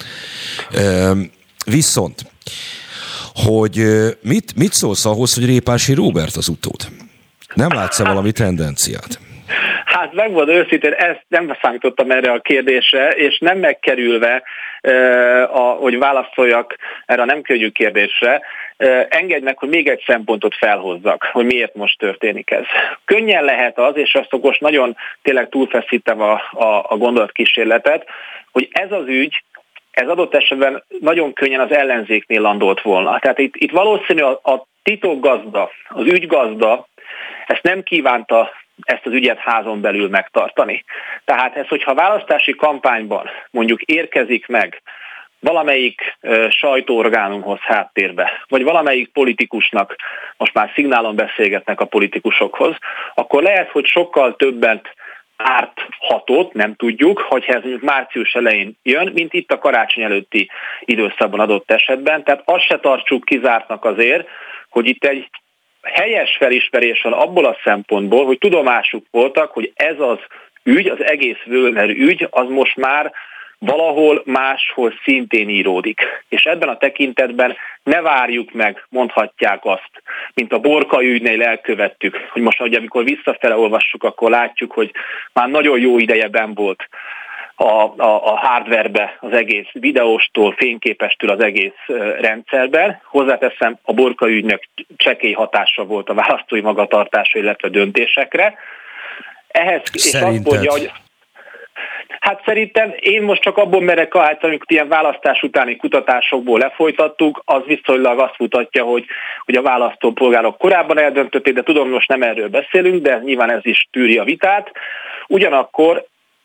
Viszont, hogy mit, mit szólsz ahhoz, hogy Répási Róbert az utód? Nem látsz-e valami tendenciát? Hát megmondom őszintén, ezt nem számítottam erre a kérdésre, és nem megkerülve, a, hogy válaszoljak erre a nem könnyű kérdésre, engedj meg, hogy még egy szempontot felhozzak, hogy miért most történik ez. Könnyen lehet az, és azt most nagyon tényleg túlfeszítem a, a, a gondolatkísérletet, hogy ez az ügy, ez adott esetben nagyon könnyen az ellenzéknél landolt volna. Tehát itt, itt valószínű a, a titokgazda, az ügygazda ezt nem kívánta ezt az ügyet házon belül megtartani. Tehát ez, hogyha választási kampányban mondjuk érkezik meg valamelyik uh, sajtóorgánumhoz háttérbe, vagy valamelyik politikusnak, most már szignálon beszélgetnek a politikusokhoz, akkor lehet, hogy sokkal többet árthatott, nem tudjuk, hogyha ez mondjuk március elején jön, mint itt a karácsony előtti időszakban adott esetben. Tehát azt se tartsuk kizártnak azért, hogy itt egy helyes felismerés van abból a szempontból, hogy tudomásuk voltak, hogy ez az ügy, az egész Völner ügy, az most már valahol máshol szintén íródik. És ebben a tekintetben ne várjuk meg, mondhatják azt, mint a Borkai ügynél elkövettük, hogy most, hogy amikor visszafele olvassuk, akkor látjuk, hogy már nagyon jó ideje benn volt a, a, a hardwarebe az egész videóstól, fényképestől az egész rendszerben. Hozzáteszem, a Borkai ügynek csekély hatása volt a választói magatartásra, illetve döntésekre. Ehhez, és azt mondja, hogy hát szerintem én most csak abból merek állt, amikor ilyen választás utáni kutatásokból lefolytattuk, az viszonylag azt mutatja, hogy, hogy a választópolgárok korábban eldöntötték, de tudom, most nem erről beszélünk, de nyilván ez is tűri a vitát. Ugyanakkor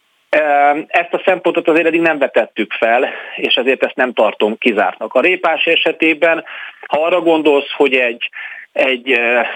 ezt a szempontot azért eddig nem vetettük fel, és ezért ezt nem tartom kizártnak. A Répási esetében, ha arra gondolsz, hogy egy, egy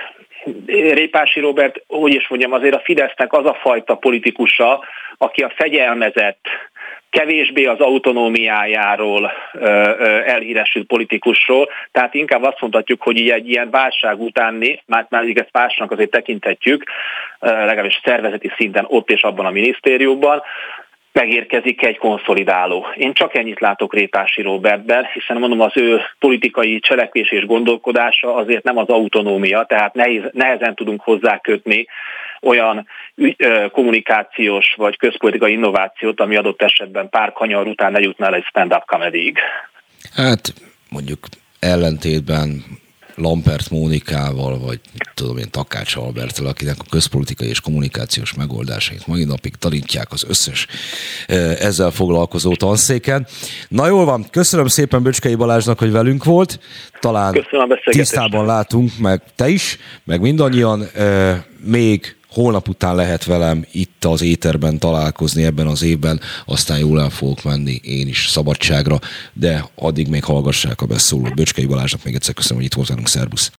Répási Róbert, hogy is mondjam, azért a Fidesznek az a fajta politikusa, aki a fegyelmezett, kevésbé az autonómiájáról elhíresült politikusról, tehát inkább azt mondhatjuk, hogy így egy ilyen válság utáni, már, már így ezt válságnak azért tekinthetjük, legalábbis szervezeti szinten ott és abban a minisztériumban, megérkezik egy konszolidáló. Én csak ennyit látok Répási Róbertben, hiszen mondom, az ő politikai cselekvés és gondolkodása azért nem az autonómia, tehát nehéz, nehezen tudunk hozzákötni olyan kommunikációs vagy közpolitikai innovációt, ami adott esetben pár kanyar után ne jutna el egy stand-up comedyig. Hát mondjuk ellentétben Lampert Mónikával, vagy tudom én Takács Alberttel, akinek a közpolitikai és kommunikációs megoldásait mai napig tanítják az összes ezzel foglalkozó tanszéken. Na jól van, köszönöm szépen Böcskei Balázsnak, hogy velünk volt. Talán tisztában látunk, meg te is, meg mindannyian. Még holnap után lehet velem itt az éterben találkozni ebben az évben, aztán jól el fogok menni én is szabadságra, de addig még hallgassák a beszólót. Böcskei Balázsnak még egyszer köszönöm, hogy itt volt velünk, szervusz!